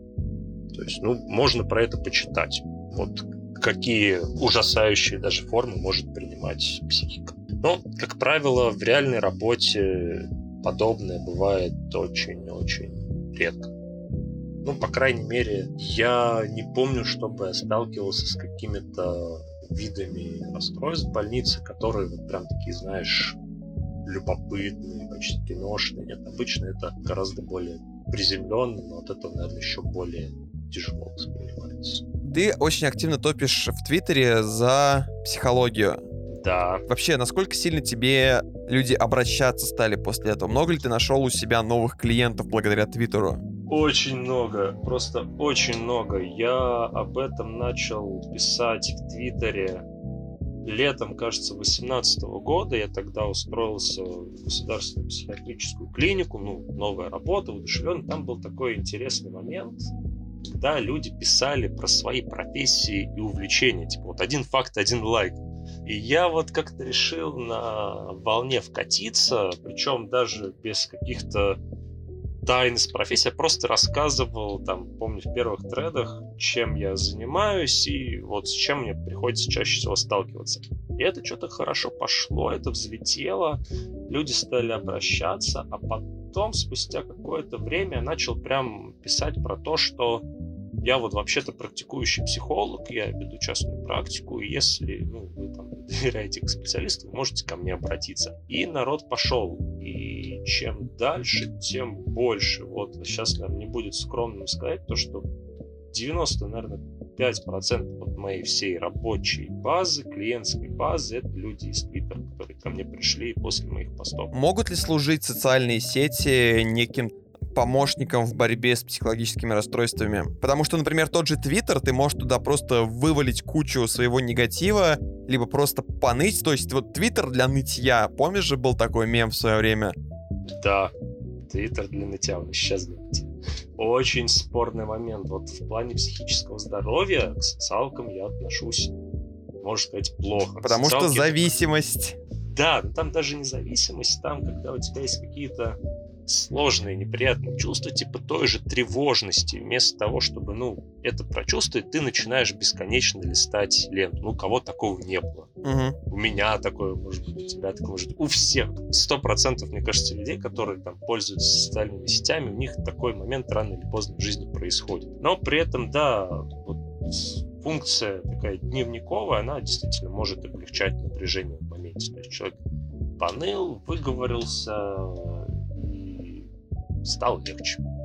То есть, ну, можно про это почитать. Вот какие ужасающие даже формы может принимать психика. Но, как правило, в реальной работе подобное бывает очень-очень редко. Ну, по крайней мере, я не помню, чтобы я сталкивался с какими-то видами расстройств в больнице, которые вот прям такие, знаешь, любопытные, почти киношные. Нет, обычно это гораздо более приземленно, но от этого, наверное, еще более тяжело воспринимается. Ты очень активно топишь в Твиттере за психологию. Да. Вообще, насколько сильно тебе люди обращаться стали после этого? Много ли ты нашел у себя новых клиентов благодаря Твиттеру? Очень много, просто очень много. Я об этом начал писать в Твиттере летом, кажется, две тысячи восемнадцатого года. Я тогда устроился в государственную психиатрическую клинику, ну, новая работа, воодушевленный. Там был такой интересный момент, когда люди писали про свои профессии и увлечения. Типа вот один факт, один лайк. И я вот как-то решил на волне вкатиться, причем даже без каких-то тайн из профессии. Я просто рассказывал, там, помню, в первых тредах, чем я занимаюсь и вот с чем мне приходится чаще всего сталкиваться. И это что-то хорошо пошло, это взлетело, люди стали обращаться, а потом, спустя какое-то время, я начал прям писать про то, что я вот вообще-то практикующий психолог, я веду частную практику, и если ну, вы там доверяете к специалисту, вы можете ко мне обратиться. И народ пошел. И чем дальше, тем больше. Вот сейчас, наверное, не будет скромным сказать то, что девяносто, наверное, пять процентов от моей всей рабочей базы, клиентской базы, это люди из Твиттера, которые ко мне пришли после моих постов. Могут ли служить социальные сети неким помощником в борьбе с психологическими расстройствами? Потому что, например, тот же Твиттер, ты можешь туда просто вывалить кучу своего негатива, либо просто поныть. То есть вот Твиттер для нытья. Помнишь же, был такой мем в свое время? Да, Твиттер для нытья, он сейчас для нытья. Очень спорный момент. Вот в плане психического здоровья к социалкам я отношусь, можно сказать, плохо. Потому Социалки... что зависимость. Да, но там даже не зависимость, там, когда у тебя есть какие-то сложные, неприятные чувства, типа той же тревожности. Вместо того, чтобы, ну, это прочувствовать, ты начинаешь бесконечно листать ленту. Ну, кого такого не было. Угу. У меня такое, может быть, у тебя такое, может быть. У всех. Сто процентов, мне кажется, людей, которые там пользуются социальными сетями, у них такой момент рано или поздно в жизни происходит. Но при этом, да, вот функция такая дневниковая, она действительно может облегчать напряжение в моменте. То есть человек поныл, выговорился, стало легче.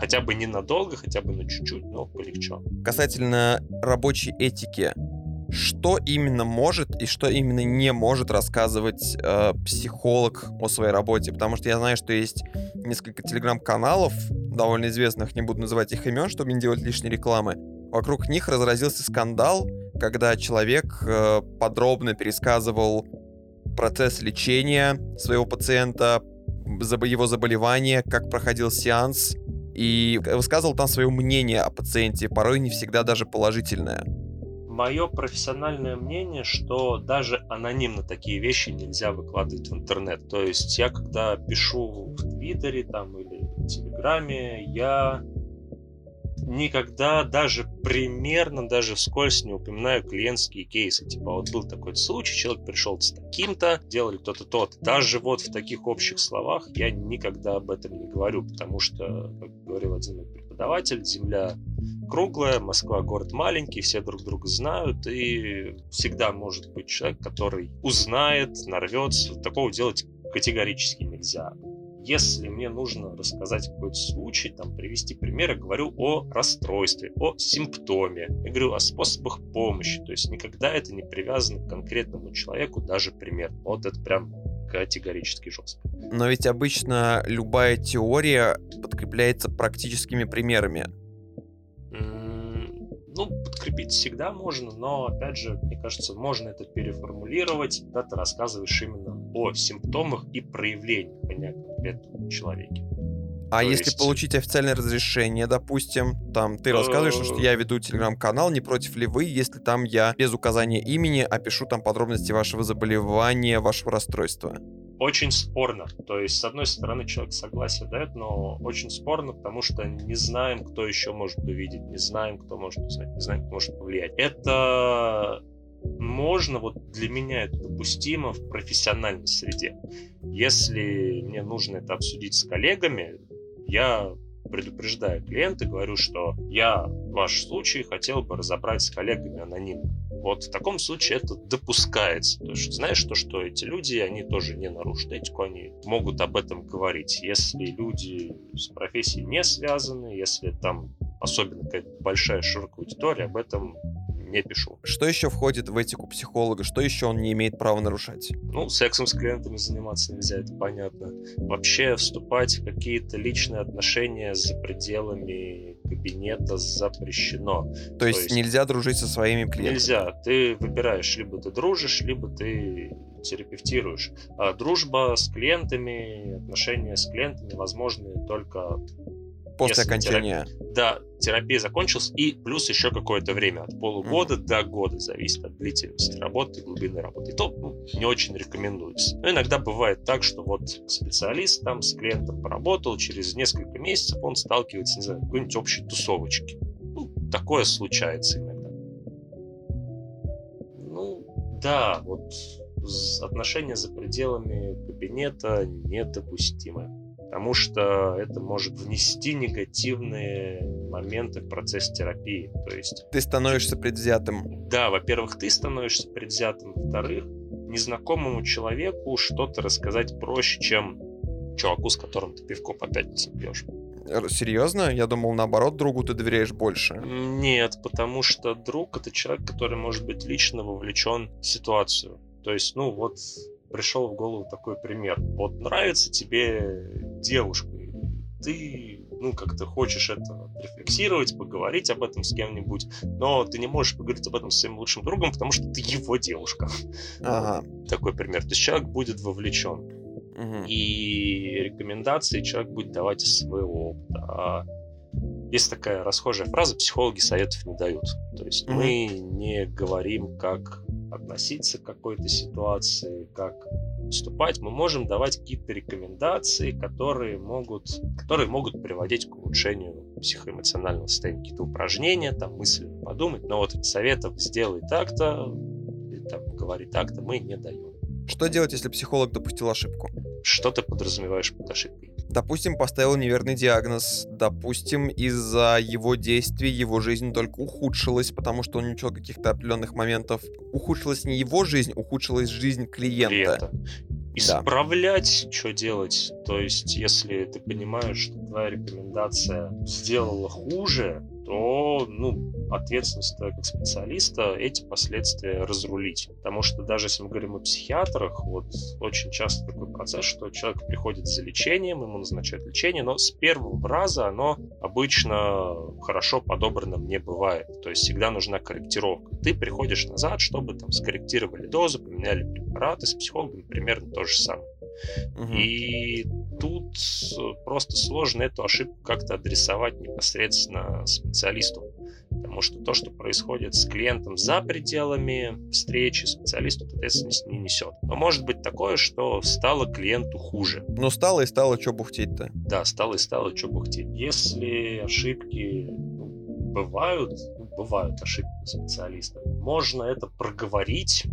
хотя бы ненадолго, хотя бы на чуть-чуть, но полегче. Касательно рабочей этики, что именно может и что именно не может рассказывать э, психолог о своей работе? Потому что я знаю, что есть несколько телеграм-каналов, довольно известных, не буду называть их имен, чтобы не делать лишней рекламы. Вокруг них разразился скандал, когда человек э, подробно пересказывал процесс лечения своего пациента, его заболевание, как проходил сеанс, и высказывал там свое мнение о пациенте, порой не всегда даже положительное. Мое профессиональное мнение, что даже анонимно такие вещи нельзя выкладывать в интернет. То есть я, когда пишу в Твиттере там, или в Телеграме, я никогда даже примерно, даже вскользь не упоминаю клиентские кейсы. Типа, вот был такой случай, человек пришел с таким-то, делали то-то, то-то. Даже вот в таких общих словах я никогда об этом не говорю, потому что, как говорил один мой преподаватель, земля круглая, Москва город маленький, все друг друга знают, и всегда может быть человек, который узнает, нарвется. Такого делать категорически нельзя. Если мне нужно рассказать какой-то случай, там, привести пример, я говорю о расстройстве, о симптоме, я говорю о способах помощи, то есть никогда это не привязано к конкретному человеку, даже пример. Вот это прям категорически жестко. Но ведь обычно любая теория подкрепляется практическими примерами. Ну, подкрепить всегда можно, но, опять же, мне кажется, можно это переформулировать, когда ты рассказываешь именно о симптомах и проявлениях, а не о конкретном человеке. А То если есть... получить официальное разрешение, допустим, там ты рассказываешь, что я веду телеграм-канал, не против ли вы, если там я без указания имени опишу там подробности вашего заболевания, вашего расстройства? Очень спорно. То есть, с одной стороны, человек согласие дает, но очень спорно, потому что не знаем, кто еще может увидеть, не знаем, кто может узнать, не знаем, кто может повлиять. Это можно, вот для меня это допустимо в профессиональной среде. Если мне нужно это обсудить с коллегами, я предупреждаю клиента, говорю, что я ваш случай хотел бы разобрать с коллегами анонимно. Вот в таком случае это допускается. То есть знаешь, то, что эти люди, они тоже не нарушат этику, они могут об этом говорить. Если люди с профессией не связаны, если там особенно какая-то большая широкая аудитория, об этом не пишу. Что еще входит в этику психолога? Что еще он не имеет права нарушать? Ну, сексом с клиентами заниматься нельзя, это понятно. Вообще вступать в какие-то личные отношения за пределами кабинета запрещено. То, То есть, есть нельзя дружить со своими клиентами? Нельзя. Ты выбираешь, либо ты дружишь, либо ты терапевтируешь. А дружба с клиентами, отношения с клиентами возможны только после окончания. Терапия, да, терапия закончилась, и плюс еще какое-то время, от полугода mm-hmm. до года, зависит от длительности работы и глубины работы. И то ну, не очень рекомендуется. Но иногда бывает так, что вот специалист там с клиентом поработал, через несколько месяцев он сталкивается, не знаю, в какой-нибудь общей тусовочке. Ну, такое случается иногда. Ну, да, вот отношения за пределами кабинета недопустимы. Потому что это может внести негативные моменты в процесс терапии. То есть ты становишься предвзятым. Да, во-первых, ты становишься предвзятым. Во-вторых, незнакомому человеку что-то рассказать проще, чем чуваку, с которым ты пивко по пятницам пьешь. Серьезно? Я думал, наоборот, другу ты доверяешь больше. Нет, потому что друг — это человек, который может быть лично вовлечен в ситуацию. То есть, ну вот... пришел в голову такой пример. Вот нравится тебе девушка, ты, ну, как-то хочешь это рефлексировать, поговорить об этом с кем-нибудь, но ты не можешь поговорить об этом с своим лучшим другом, потому что ты его девушка. Ага. Такой пример. То есть человек будет вовлечен. Угу. И рекомендации человек будет давать из своего опыта. А есть такая расхожая фраза: психологи советов не дают. То есть угу. мы не говорим, как относиться к какой-то ситуации, как поступать. Мы можем давать какие-то рекомендации, которые могут, которые могут приводить к улучшению психоэмоционального состояния, какие-то упражнения, там, мысленно подумать, но вот советов «сделай так-то», или, там, «говори так-то» мы не даем. Что делать, если психолог допустил ошибку? Что ты подразумеваешь под ошибкой? Допустим, поставил неверный диагноз. Допустим, из-за его действий его жизнь только ухудшилась, потому что он не учел каких-то определенных моментов. Ухудшилась не его жизнь, ухудшилась жизнь клиента. клиента. исправлять, да. Что делать? То есть, если ты понимаешь, что твоя рекомендация сделала хуже, то, ну, ответственность твоя как специалиста эти последствия разрулить. Потому что даже если мы говорим о психиатрах, вот очень часто такой процесс, что человек приходит за лечением, ему назначают лечение, но с первого раза оно обычно хорошо подобранным не бывает. То есть всегда нужна корректировка. Ты приходишь назад, чтобы там скорректировали дозу, поменяли препараты, с психологом примерно то же самое. Угу. И тут просто сложно эту ошибку как-то адресовать непосредственно специалисту. Потому что то, что происходит с клиентом за пределами встречи, специалисту ответственность не несет. Но может быть такое, что стало клиенту хуже. Ну, стало и стало, что бухтеть-то? Да, стало и стало, что бухтеть. Если ошибки ну, бывают, ну, бывают ошибки специалиста, можно это проговорить,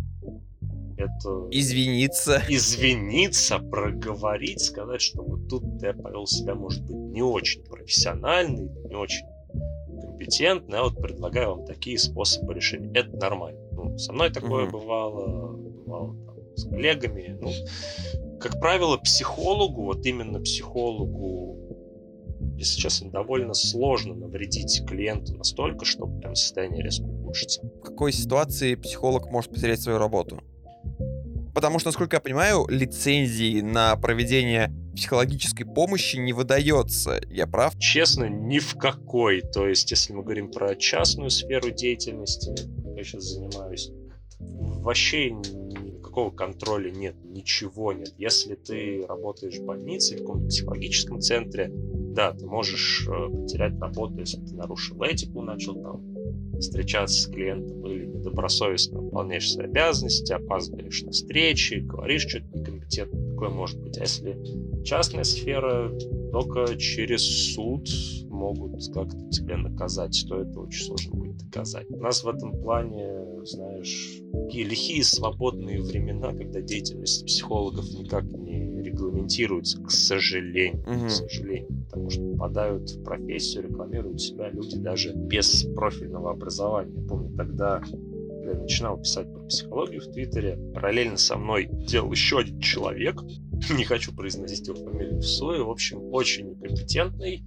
это... Извиниться. Извиниться, проговорить, сказать, что вот тут я повел себя, может быть, не очень профессионально, не очень компетентно, я вот предлагаю вам такие способы решения. Это нормально. Ну, со мной такое угу. бывало, бывало там, с коллегами. Ну, как правило, психологу, вот именно психологу, если честно, довольно сложно навредить клиенту настолько, чтобы прям состояние резко ухудшится. В какой ситуации психолог может потерять свою работу? Потому что, насколько я понимаю, лицензии на проведение психологической помощи не выдается. Я прав? Честно, ни в какой. То есть, если мы говорим про частную сферу деятельности, я сейчас занимаюсь, вообще никакого контроля нет, ничего нет. Если ты работаешь в больнице, в каком-то психологическом центре, да, ты можешь потерять работу, если ты нарушил этику, начал там встречаться с клиентом или недобросовестно выполняешь свои обязанности, опаздываешь на встречи, говоришь что-то некомпетентно, такое может быть. А если частная сфера, только через суд могут как-то тебя наказать, то это очень сложно будет доказать. У нас в этом плане, знаешь, такие лихие свободные времена, когда деятельность психологов никак не регламентируется, к сожалению, mm-hmm. к сожалению, потому что попадают в профессию, рекламируют себя люди даже без профильного образования. Я помню, тогда я начинал писать про психологию в Твиттере, параллельно со мной делал еще один человек, не хочу произносить его фамилию всуе, в общем, очень некомпетентный.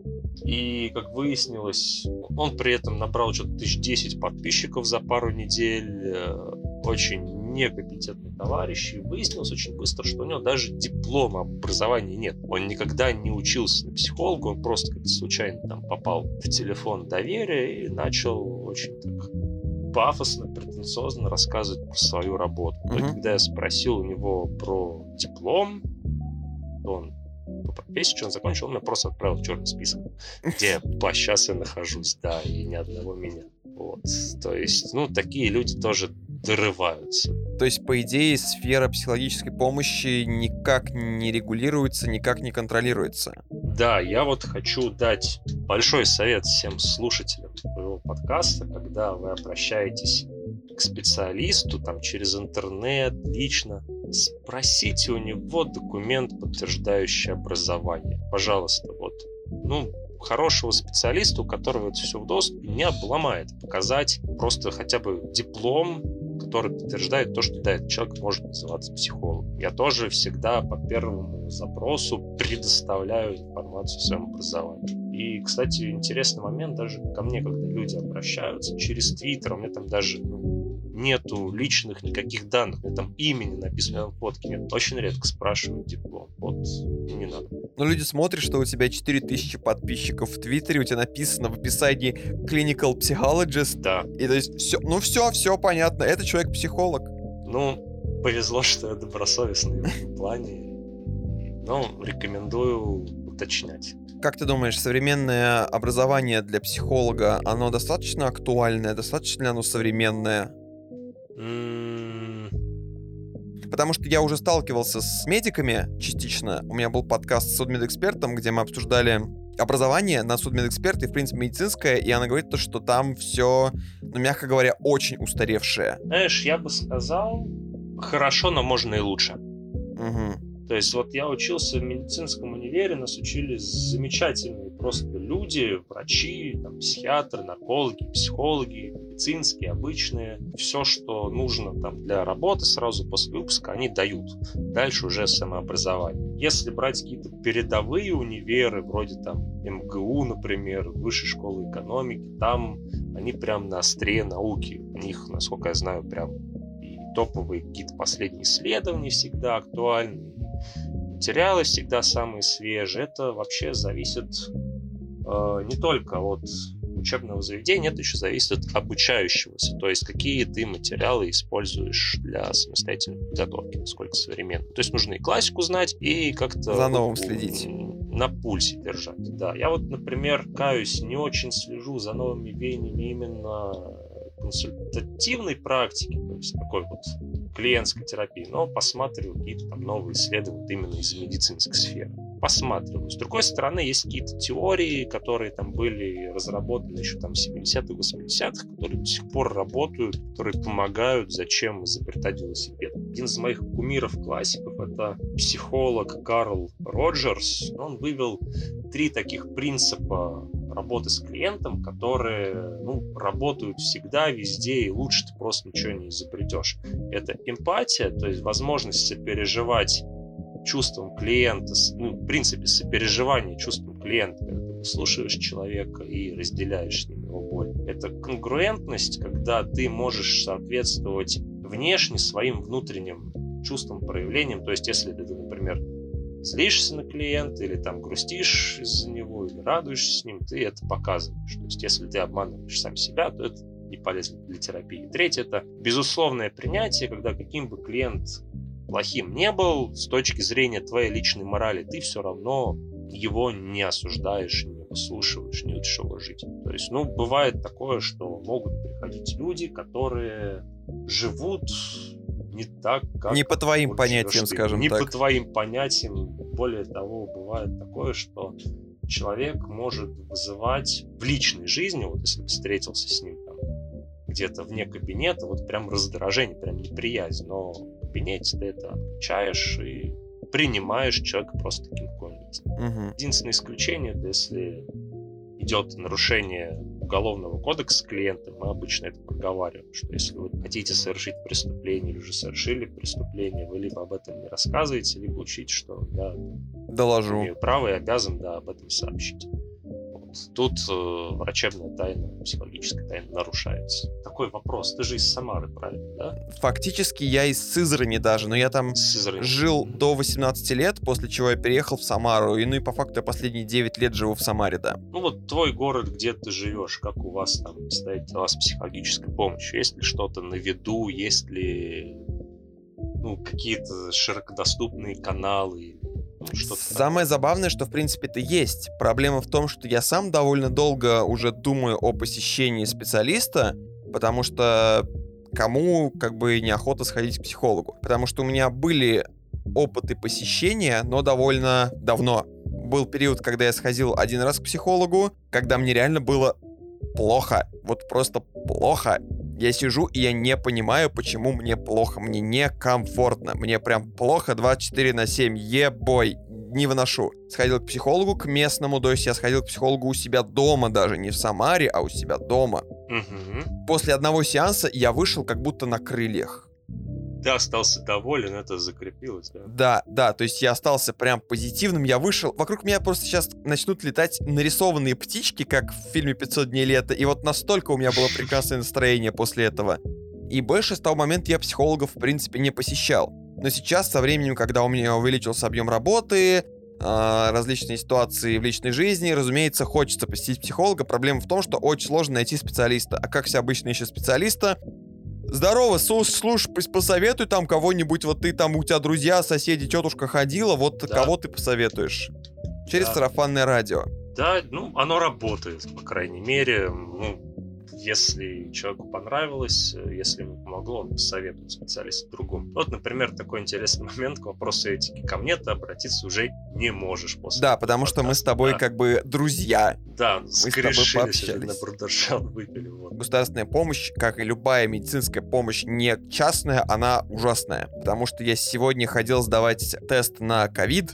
И, как выяснилось, он при этом набрал что-то тысяч десять подписчиков за пару недель, очень некомпетентный товарищ, и выяснилось очень быстро, что у него даже диплома образования нет. Он никогда не учился на психолога, он просто как-то случайно там попал в телефон доверия и начал очень так пафосно, претенциозно рассказывать про свою работу. Mm-hmm. И когда я спросил у него про диплом, он по профессии, что он закончил, он меня просто отправил в черный список, где по сейчас я нахожусь, да, и ни одного меня. Вот. То есть, ну, такие люди тоже дорываются. То есть, по идее, сфера психологической помощи никак не регулируется, никак не контролируется. Да, я вот хочу дать большой совет всем слушателям твоего подкаста, когда вы обращаетесь к специалисту там через интернет, лично, спросите у него документ, подтверждающий образование. Пожалуйста, вот. Ну, хорошего специалиста, у которого это все в доступе, не обломает показать просто хотя бы диплом, который подтверждает то, что да, этот человек может называться психологом. Я тоже всегда по первому запросу предоставляю информацию о своем образовании. И, кстати, интересный момент, даже ко мне, когда люди обращаются через Твиттер, у меня там даже ну, нету личных никаких данных, у меня там имени написано на фотке нет. Очень редко спрашивают диплом. Вот, не надо. Но люди смотрят, что у тебя четыре тысячи подписчиков в Твиттере, у тебя написано в описании Clinical Psychologist. Да. И то есть все, ну все, все понятно, это человек-психолог. Ну, повезло, что я добросовестный в этом плане. Но рекомендую уточнять. Как ты думаешь, современное образование для психолога, оно достаточно актуальное, достаточно ли оно современное? Mm. Потому что я уже сталкивался с медиками частично. У меня был подкаст с судмедэкспертом, где мы обсуждали образование на судмедэксперт и, в принципе, медицинское, и она говорит, что там все, ну, мягко говоря, очень устаревшее. Знаешь, я бы сказал, хорошо, но можно и лучше. Угу. То есть вот я учился в медицинском универе, нас учили замечательные просто люди, врачи, там, психиатры, наркологи, психологи, медицинские, обычные. Все, что нужно там для работы сразу после выпуска, они дают. Дальше уже самообразование. Если брать какие-то передовые универы, вроде там эм гэ у, например, Высшей школы экономики, там они прям на острие науки. У них, насколько я знаю, прям и топовые какие-то последние исследования всегда актуальны, материалы всегда самые свежие. Это вообще зависит э, не только от учебного заведения, это еще зависит от обучающегося, то есть какие ты материалы используешь для самостоятельной подготовки, насколько современно. То есть нужно и классику знать, и как-то за новым следить, на пульсе держать. Да, я вот, например, каюсь, не очень слежу за новыми веяниями именно консультативной практики, то есть такой вот клиентской терапии, но посматриваю какие-то там новые исследования именно из медицинской сферы. Посматриваю. С другой стороны, есть какие-то теории, которые там были разработаны еще там в семидесятых, восьмидесятых, которые до сих пор работают, которые помогают, зачем изобретать велосипед. Один из моих кумиров-классиков — это психолог Карл Роджерс. Он вывел три таких принципа работы с клиентом, которые, ну, работают всегда, везде, и лучше ты просто ничего не изобретешь. Это эмпатия, то есть возможность сопереживать чувствам клиента, ну, в принципе, сопереживание чувствам клиента, когда ты слушаешь человека и разделяешь с ним его боль. Это конгруентность, когда ты можешь соответствовать внешне своим внутренним чувствам, проявлениям. То есть, если ты, например, злишься на клиента, или там грустишь из-за него, или радуешься с ним, ты это показываешь. То есть, если ты обманываешь сам себя, то это не полезно для терапии. Третье — это безусловное принятие, когда каким бы клиент плохим не был, с точки зрения твоей личной морали, ты все равно его не осуждаешь, не выслушиваешь, не учишь его жить. То есть, ну, бывает такое, что могут приходить люди, которые живут не так, как... Не по твоим вот понятиям, скажем не так. Не по твоим понятиям. Более того, бывает такое, что человек может вызывать в личной жизни, вот если бы встретился с ним там где-то вне кабинета, вот прям раздражение, прям неприязнь, но в кабинете ты это отключаешь и принимаешь человека просто таким, какой он есть. Угу. Единственное исключение — это если идет нарушение уголовного кодекса клиента, мы обычно это проговариваем, что если вы хотите совершить преступление или уже совершили преступление, вы либо об этом не рассказываете, либо учите, что я доложу, имею право и обязан, да, об этом сообщить. Вот. Тут э, врачебная тайна, психологическая тайна нарушается. Такой вопрос. Ты же из Самары, правильно, да? Фактически я из Сызрани даже, но я там Сызрани. жил до восемнадцати лет, после чего я переехал в Самару, и ну и по факту я последние девять лет живу в Самаре, да. Ну вот твой город, где ты живешь, как у вас там стоит у вас психологическая помощь? Есть ли что-то на виду, есть ли ну, какие-то широкодоступные каналы? Что-то Самое такое. забавное, что в принципе это есть. Проблема в том, что я сам довольно долго уже думаю о посещении специалиста, потому что кому как бы неохота сходить к психологу. Потому что у меня были опыты посещения, но довольно давно. Был период, когда я сходил один раз к психологу, когда мне реально было плохо. Вот просто плохо. Я сижу, и я не понимаю, почему мне плохо. Мне некомфортно. Мне прям плохо двадцать четыре на семь. Ебой. Не выношу. Сходил к психологу, к местному. То есть я сходил к психологу у себя дома даже. Не в Самаре, а у себя дома. Угу. После одного сеанса я вышел как будто на крыльях. Ты остался доволен, это закрепилось, да? Да, да, то есть я остался прям позитивным, я вышел, вокруг меня просто сейчас начнут летать нарисованные птички, как в фильме «пятьсот дней лета», и вот настолько у меня было прекрасное настроение после этого. И больше с того момента я психологов, в принципе, не посещал. Но сейчас, со временем, когда у меня увеличился объем работы, различные ситуации в личной жизни, разумеется, хочется посетить психолога. Проблема в том, что очень сложно найти специалиста. А как все обычно ищут специалиста? Здорово, слушай, посоветуй там кого-нибудь, вот ты там, у тебя друзья, соседи, тетушка ходила, вот да. Кого ты посоветуешь? Через да. Сарафанное радио. Да, ну, оно работает, по крайней мере, ну, если человеку понравилось, если ему помогло, он посоветует специалисту другому. Вот, например, такой интересный момент к вопросу этики. Ко мне ты обратиться уже не можешь после Да, потому подкаста. Что мы с тобой да. как бы друзья. Да, мы с тобой пообщались. На брудершафт выпили. Вот. Государственная помощь, как и любая медицинская помощь, не частная, она ужасная. Потому что я сегодня ходил сдавать тест на ковид.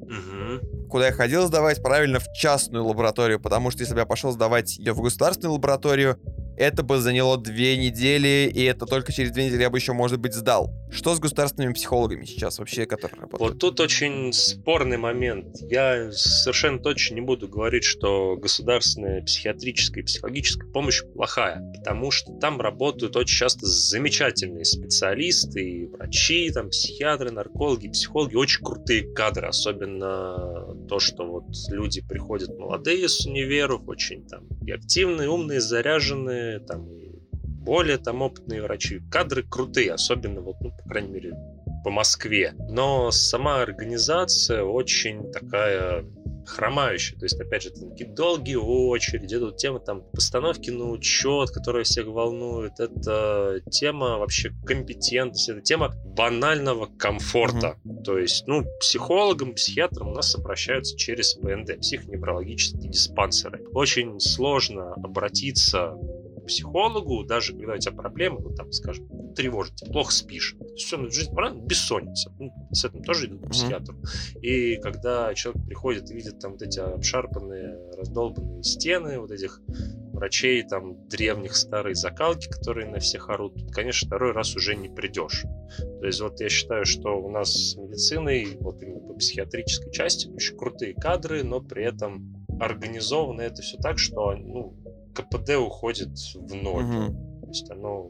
Угу. Куда я ходил сдавать? Правильно, в частную лабораторию, потому что если бы я пошел сдавать ее в государственную лабораторию, это бы заняло две недели, и это только через две недели я бы еще, может быть, сдал. Что с государственными психологами сейчас вообще, которые работают? Вот тут очень спорный момент. Я совершенно точно не буду говорить, что государственная психиатрическая и психологическая помощь плохая, потому что там работают очень часто замечательные специалисты, и врачи, там, психиатры, наркологи, психологи, очень крутые кадры, особенно то, что вот люди приходят молодые с универов, очень там и активные, умные, заряженные, там, и более там опытные врачи. Кадры крутые, особенно вот, ну, по крайней мере, по Москве. Но сама организация очень такая хромающая. То есть, опять же, там такие долгие очереди, идут темы там постановки на учет, которая всех волнует. Это тема вообще компетентности, это тема банального комфорта. Mm-hmm. То есть, ну, психологам, психиатрам у нас обращаются через ПНД, психоневрологические диспансеры. Очень сложно обратиться к психологу, даже когда у тебя проблемы, вот там, скажем, тревожит, плохо спишь. Все, ну, жизнь правильно, бессонница. Ну, с этим тоже идут к психиатру. Mm-hmm. И когда человек приходит и видит там вот эти обшарпанные, раздолбанные стены, вот этих врачей, там, древних старой закалки, которые на всех орут, тут, конечно, второй раз уже не придешь. То есть вот я считаю, что у нас с медициной, вот именно по психиатрической части, очень крутые кадры, но при этом организовано это все так, что, ну, КПД уходит в ноль. Mm-hmm. То есть оно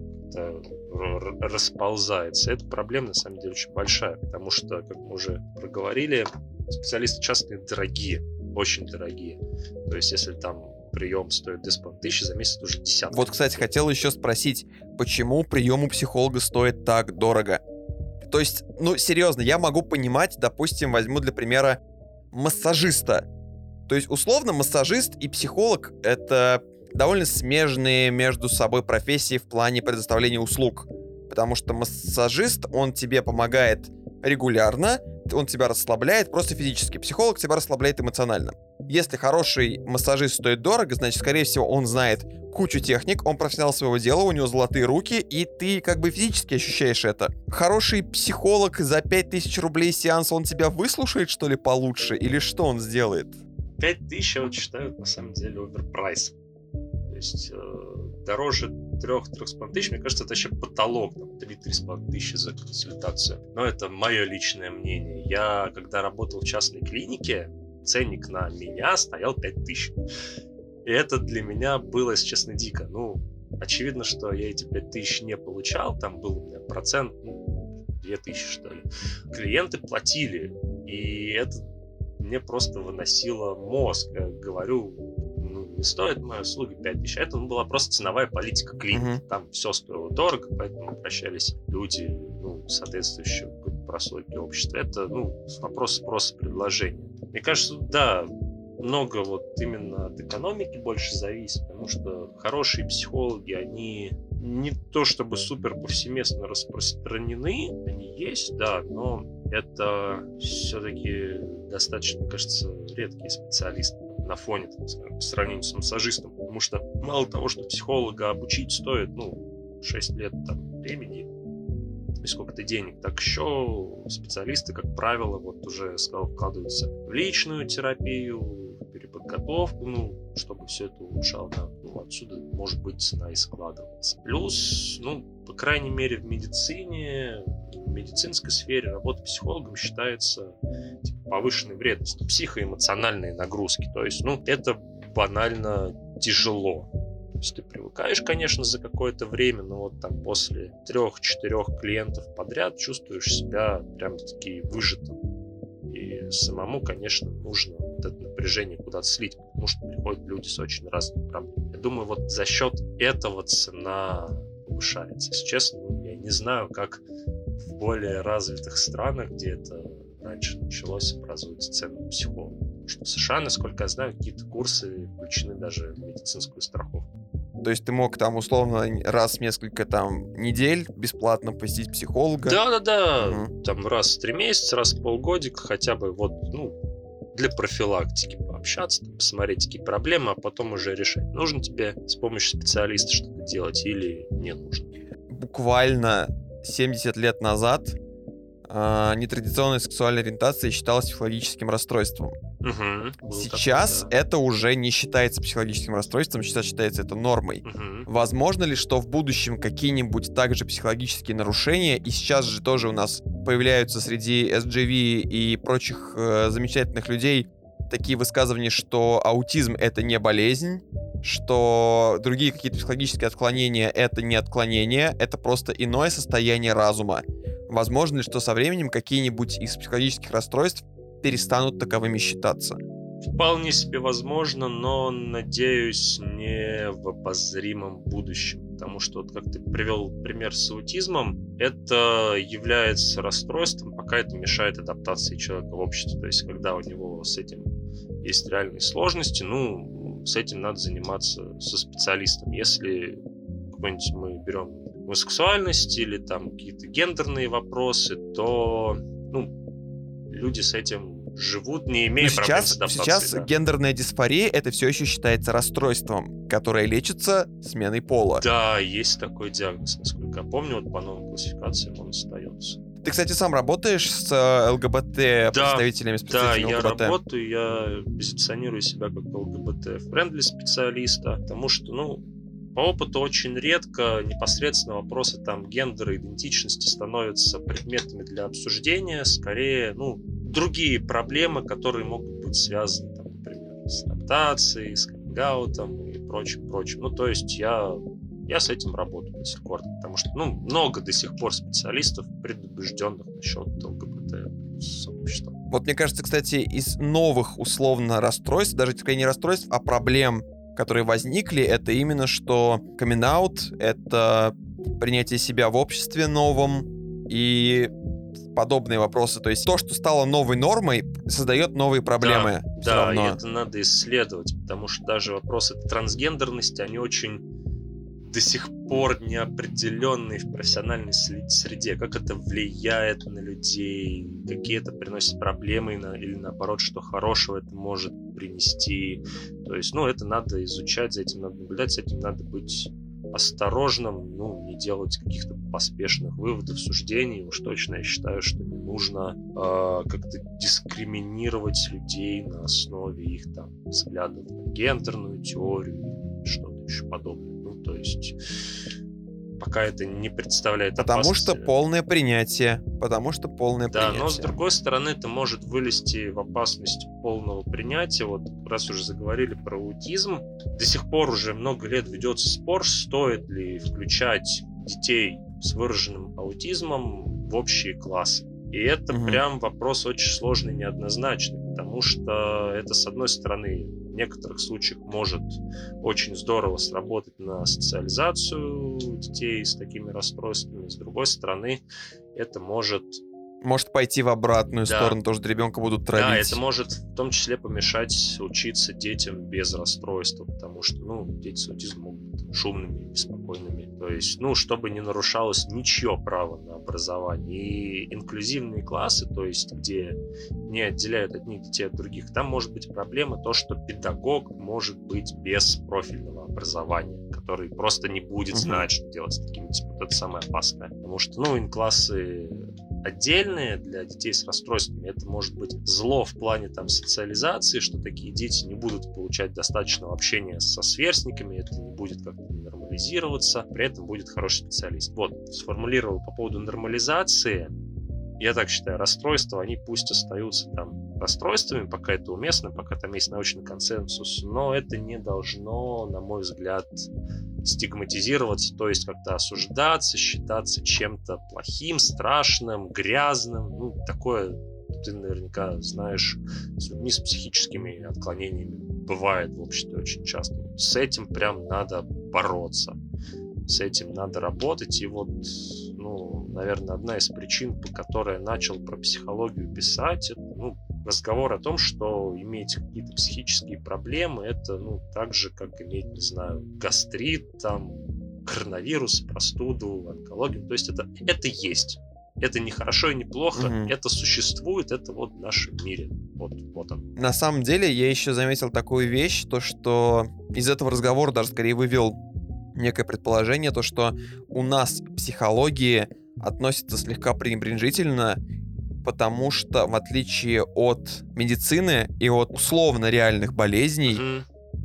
расползается. Эта проблема, на самом деле, очень большая, потому что, как мы уже проговорили, специалисты частные дорогие, очень дорогие. То есть, если там прием стоит две с половиной тысячи, за месяц уже десятки. Вот, кстати, хотел еще спросить, почему прием у психолога стоит так дорого? То есть, ну, серьезно, я могу понимать, допустим, возьму для примера массажиста. То есть, условно, массажист и психолог — это довольно смежные между собой профессии в плане предоставления услуг. Потому что массажист, он тебе помогает регулярно, он тебя расслабляет просто физически. Психолог тебя расслабляет эмоционально. Если хороший массажист стоит дорого, значит, скорее всего, он знает кучу техник, он профессионал своего дела, у него золотые руки, и ты как бы физически ощущаешь это. Хороший психолог за пять тысяч рублей сеанс, он тебя выслушает, что ли, получше? Или что он сделает? пять тысяч, я вот считаю, на самом деле, оверпрайс. То есть э, дороже трех-трех с половиной тысяч, мне кажется, это вообще потолок, там, три-три с половиной тысячи за консультацию. Но это мое личное мнение. Я, когда работал в частной клинике, ценник на меня стоял пять тысяч. И это для меня было, если честно, дико. Ну, очевидно, что я эти пять тысяч не получал, там был у меня процент, ну, две тысячи, что ли. Клиенты платили, и это мне просто выносило мозг. Я говорю, не стоит мои услуги пять тысяч. Это, ну, была просто ценовая политика клиники. Uh-huh. Там все стоило дорого, поэтому обращались люди, ну, соответствующие прослойки общества. Это, ну, вопрос спроса предложения. Мне кажется, да, много вот именно от экономики больше зависит, потому что хорошие психологи, они не то чтобы супер повсеместно распространены, они есть, да, но это все-таки достаточно, мне кажется, редкие специалисты на фоне, там, по сравнению с массажистом, потому что мало того, что психолога обучить стоит, ну, шесть лет там времени и сколько-то денег, так еще специалисты, как правило, вот уже сказал, вкладываются в личную терапию, в переподготовку, ну, чтобы все это улучшало, да, ну, отсюда, может быть, цена и складывается. Плюс, ну, по крайней мере, в медицине, в медицинской сфере работа психологом считается типа, повышенной вредностью, психоэмоциональные нагрузки. То есть, ну, это банально тяжело. То есть ты привыкаешь, конечно, за какое-то время, но вот там после трех-четырех клиентов подряд чувствуешь себя прям-таки выжатым. И самому, конечно, нужно вот это напряжение куда-то слить, потому что приходят люди с очень разными проблемами. Я думаю, вот за счет этого цена повышается. Если честно, я не знаю, как в более развитых странах, где это раньше началось, образуются цены на психолога. Потому что в США, насколько я знаю, какие-то курсы включены даже в медицинскую страховку. То есть ты мог там условно раз в несколько там недель бесплатно посетить психолога? Да-да-да, угу. Там раз в три месяца, раз в полгодика хотя бы вот, ну, для профилактики пообщаться, там, посмотреть, какие проблемы, а потом уже решать, нужно тебе с помощью специалиста что-то делать или не нужно. Буквально семьдесят лет назад э, нетрадиционная сексуальная ориентация считалась психологическим расстройством. Угу, Сейчас такой, да. это уже не считается психологическим расстройством, сейчас считается это нормой. Угу. Возможно ли, что в будущем какие-нибудь также психологические нарушения, и сейчас же тоже у нас появляются среди эс джи ви и прочих э, замечательных людей такие высказывания, что аутизм — это не болезнь, что другие какие-то психологические отклонения — это не отклонение, это просто иное состояние разума. Возможно ли, что со временем какие-нибудь из психологических расстройств перестанут таковыми считаться? Вполне себе возможно, но, надеюсь, не в обозримом будущем. Потому что, вот как ты привел пример с аутизмом, это является расстройством, пока это мешает адаптации человека в обществе. То есть, когда у него с этим есть реальные сложности, ну, с этим надо заниматься со специалистом. Если какой-нибудь мы берем гомосексуальность или там какие-то гендерные вопросы, то, ну, люди с этим живут, не имея Но проблем сейчас, с адаптацией. сейчас да. гендерная дисфория — это все еще считается расстройством, которое лечится сменой пола. Да, есть такой диагноз, насколько я помню, вот по новым классификациям он остается. Ты, кстати, сам работаешь с эл гэ бэ тэ представителями, с Да, представителями я эл гэ бэ тэ? работаю, я позиционирую себя как эл гэ бэ тэ-френдли специалиста, потому что, ну, по опыту очень редко непосредственно вопросы там гендера, идентичности становятся предметами для обсуждения, скорее, ну, другие проблемы, которые могут быть связаны, там, например, с адаптацией, с каминг-аутом и прочим, прочим. Ну, то есть я, я с этим работаю до сих пор, потому что, ну, много до сих пор специалистов, предубежденных насчет эл гэ бэ тэ-сообщества. Вот мне кажется, кстати, из новых условно расстройств, даже скорее не расстройств, а проблем, которые возникли, это именно что камин-аут — это принятие себя в обществе новом и подобные вопросы. То есть то, что стало новой нормой, создает новые проблемы. Да, всё да, равно. и это надо исследовать, потому что даже вопросы трансгендерности, они очень до сих пор неопределенные в профессиональной среде. Как это влияет на людей, какие это приносит проблемы или наоборот, что хорошего это может принести. То есть, ну, это надо изучать, за этим надо наблюдать, с этим надо быть осторожным, ну, не делать каких-то поспешных выводов, суждений. Уж точно я считаю, что не нужно э, как-то дискриминировать людей на основе их там взглядов на гендерную теорию или что-то еще подобное. Ну, то есть пока это не представляет Потому опасности. что полное принятие. Потому что полное Да, принятие. но с другой стороны, это может вылезти в опасность полного принятия. Вот раз уже заговорили про аутизм, до сих пор уже много лет ведется спор, стоит ли включать детей с выраженным аутизмом в общие классы. И это Мгм. прям вопрос очень сложный, неоднозначный, потому что это, с одной стороны, в некоторых случаях может очень здорово сработать на социализацию детей с такими расстройствами, с другой стороны, это может... Может пойти в обратную Да. сторону, тоже ребенка будут травить. Да, это может в том числе помешать учиться детям без расстройства, потому что, ну, дети с аутизмом могут быть шумными, беспокойными. То есть, ну, чтобы не нарушалось ничье право на образование. И инклюзивные классы, то есть, где не отделяют одних детей от других, там может быть проблема то, что педагог может быть без профильного образования, который просто не будет Мгм. знать, что делать с такими детьми. Вот это самое опасное. Потому что, ну, ин-классы отдельные для детей с расстройствами, это может быть зло в плане там социализации, что такие дети не будут получать достаточного общения со сверстниками, это не будет как-то нормализироваться, при этом будет хороший специалист. Вот, сформулировал по поводу нормализации. Я так считаю, расстройства, они пусть остаются там расстройствами, пока это уместно, пока там есть научный консенсус, но это не должно, на мой взгляд, стигматизироваться, то есть как-то осуждаться, считаться чем-то плохим, страшным, грязным. Ну, такое ты наверняка знаешь, с людьми с психическими отклонениями бывает в обществе очень часто. С этим прям надо бороться. С этим надо работать. И вот, ну, наверное, одна из причин, по которой я начал про психологию писать, это, ну, разговор о том, что иметь какие-то психические проблемы, это, ну, так же, как иметь, не знаю, гастрит, там, коронавирус, простуду, онкологию. То есть это, это есть. Это не хорошо и не плохо, Мгм. это существует, это вот в нашем мире. Вот, вот он. На самом деле, я еще заметил такую вещь, то что из этого разговора даже скорее вывел некое предположение, то что у нас в психологии относится слегка пренебрежительно, потому что, в отличие от медицины и от условно реальных болезней, Мгм.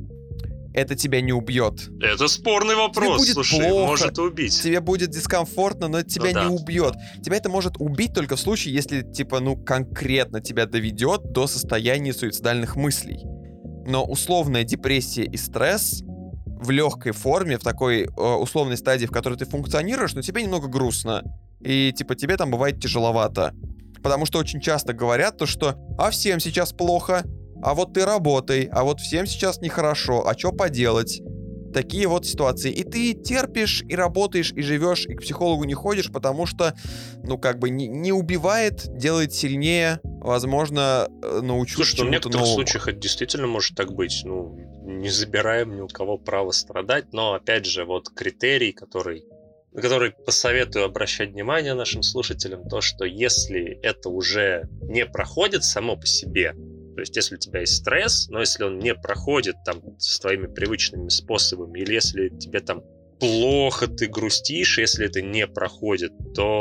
это тебя не убьет. Это спорный Тебе вопрос, будет слушай, плохо, может и убить. тебе будет дискомфортно, но это тебя да. не убьет. Тебя это может убить только в случае, если, типа, ну, конкретно тебя доведет до состояния суицидальных мыслей. Но условная депрессия и стресс в легкой форме, в такой э, условной стадии, в которой ты функционируешь, но тебе немного грустно. И, типа, тебе там бывает тяжеловато. Потому что очень часто говорят то, что «а всем сейчас плохо», «а вот ты работай», «а вот всем сейчас нехорошо», «а что поделать?» Такие вот ситуации. И ты терпишь, и работаешь, и живешь, и к психологу не ходишь, потому что, ну, как бы не, не убивает, делает сильнее, возможно, э, научу Слушай, ну, в чему-то некоторых новому. случаях это действительно может так быть. Ну, не забираем ни у кого право страдать, но, опять же, вот критерий, который, на который посоветую обращать внимание нашим слушателям, то, что если это уже не проходит само по себе, то есть если у тебя есть стресс, но если он не проходит там с твоими привычными способами, или если тебе там плохо, ты грустишь, если это не проходит,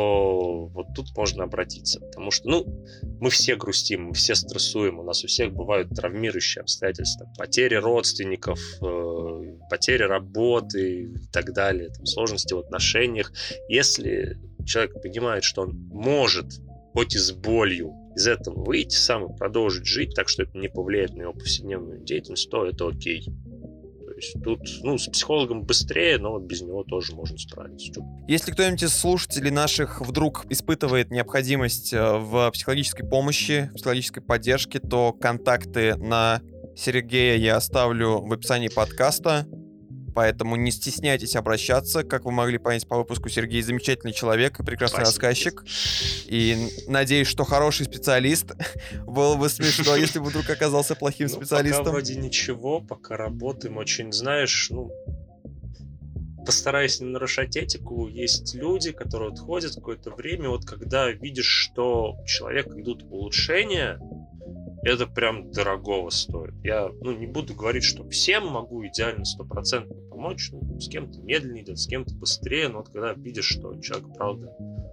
то вот тут можно обратиться. Потому что, ну, мы все грустим, мы все стрессуем, у нас у всех бывают травмирующие обстоятельства. Потери родственников, э, потери работы и так далее, там, сложности в отношениях. Если человек понимает, что он может, хоть и с болью, из этого выйти сам и продолжить жить, так что это не повлияет на его повседневную деятельность, то это окей. То есть тут, ну, с психологом быстрее, но без него тоже можно справиться. Чё? Если кто-нибудь из слушателей наших вдруг испытывает необходимость э, в психологической помощи, в психологической поддержке, то контакты на Сергея я оставлю в описании подкаста. Поэтому не стесняйтесь обращаться. Как вы могли понять по выпуску, Сергей замечательный человек, прекрасный Спасибо. рассказчик. И надеюсь, что хороший специалист. Было бы смешно, если бы вдруг оказался плохим Ну, специалистом. пока вроде ничего, пока работаем очень, знаешь, ну, постараюсь не нарушать этику. Есть люди, которые вот ходят какое-то время, вот когда видишь, что у человека идут улучшения, это прям дорогого стоит. Я, ну, не буду говорить, что всем могу идеально стопроцентно помочь. Ну, с кем-то медленнее идет, с кем-то быстрее. Но вот когда видишь, что человек, правда,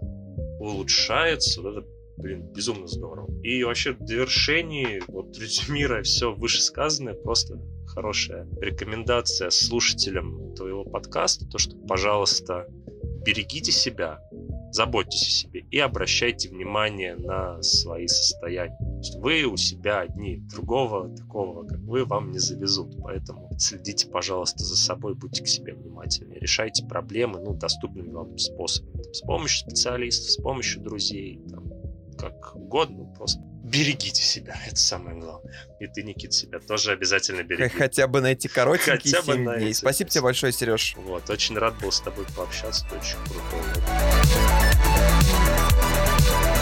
улучшается, вот это, блин, безумно здорово. И вообще в довершении, вот резюмируя все вышесказанное, просто хорошая рекомендация слушателям твоего подкаста, то, что, пожалуйста, берегите себя, заботьтесь о себе и обращайте внимание на свои состояния. То есть вы у себя одни, другого такого, как вы, вам не завезут. Поэтому следите, пожалуйста, за собой, будьте к себе внимательны, решайте проблемы, ну, доступными вам способами. Там, с помощью специалистов, с помощью друзей, там, как угодно, просто берегите себя, это самое главное. И ты, Никит, себя тоже обязательно береги. Хотя бы найти коротенькие Хотя бы семь найти. дней. Спасибо тебе большое, Сереж. Вот, очень рад был с тобой пообщаться, ты очень крутой.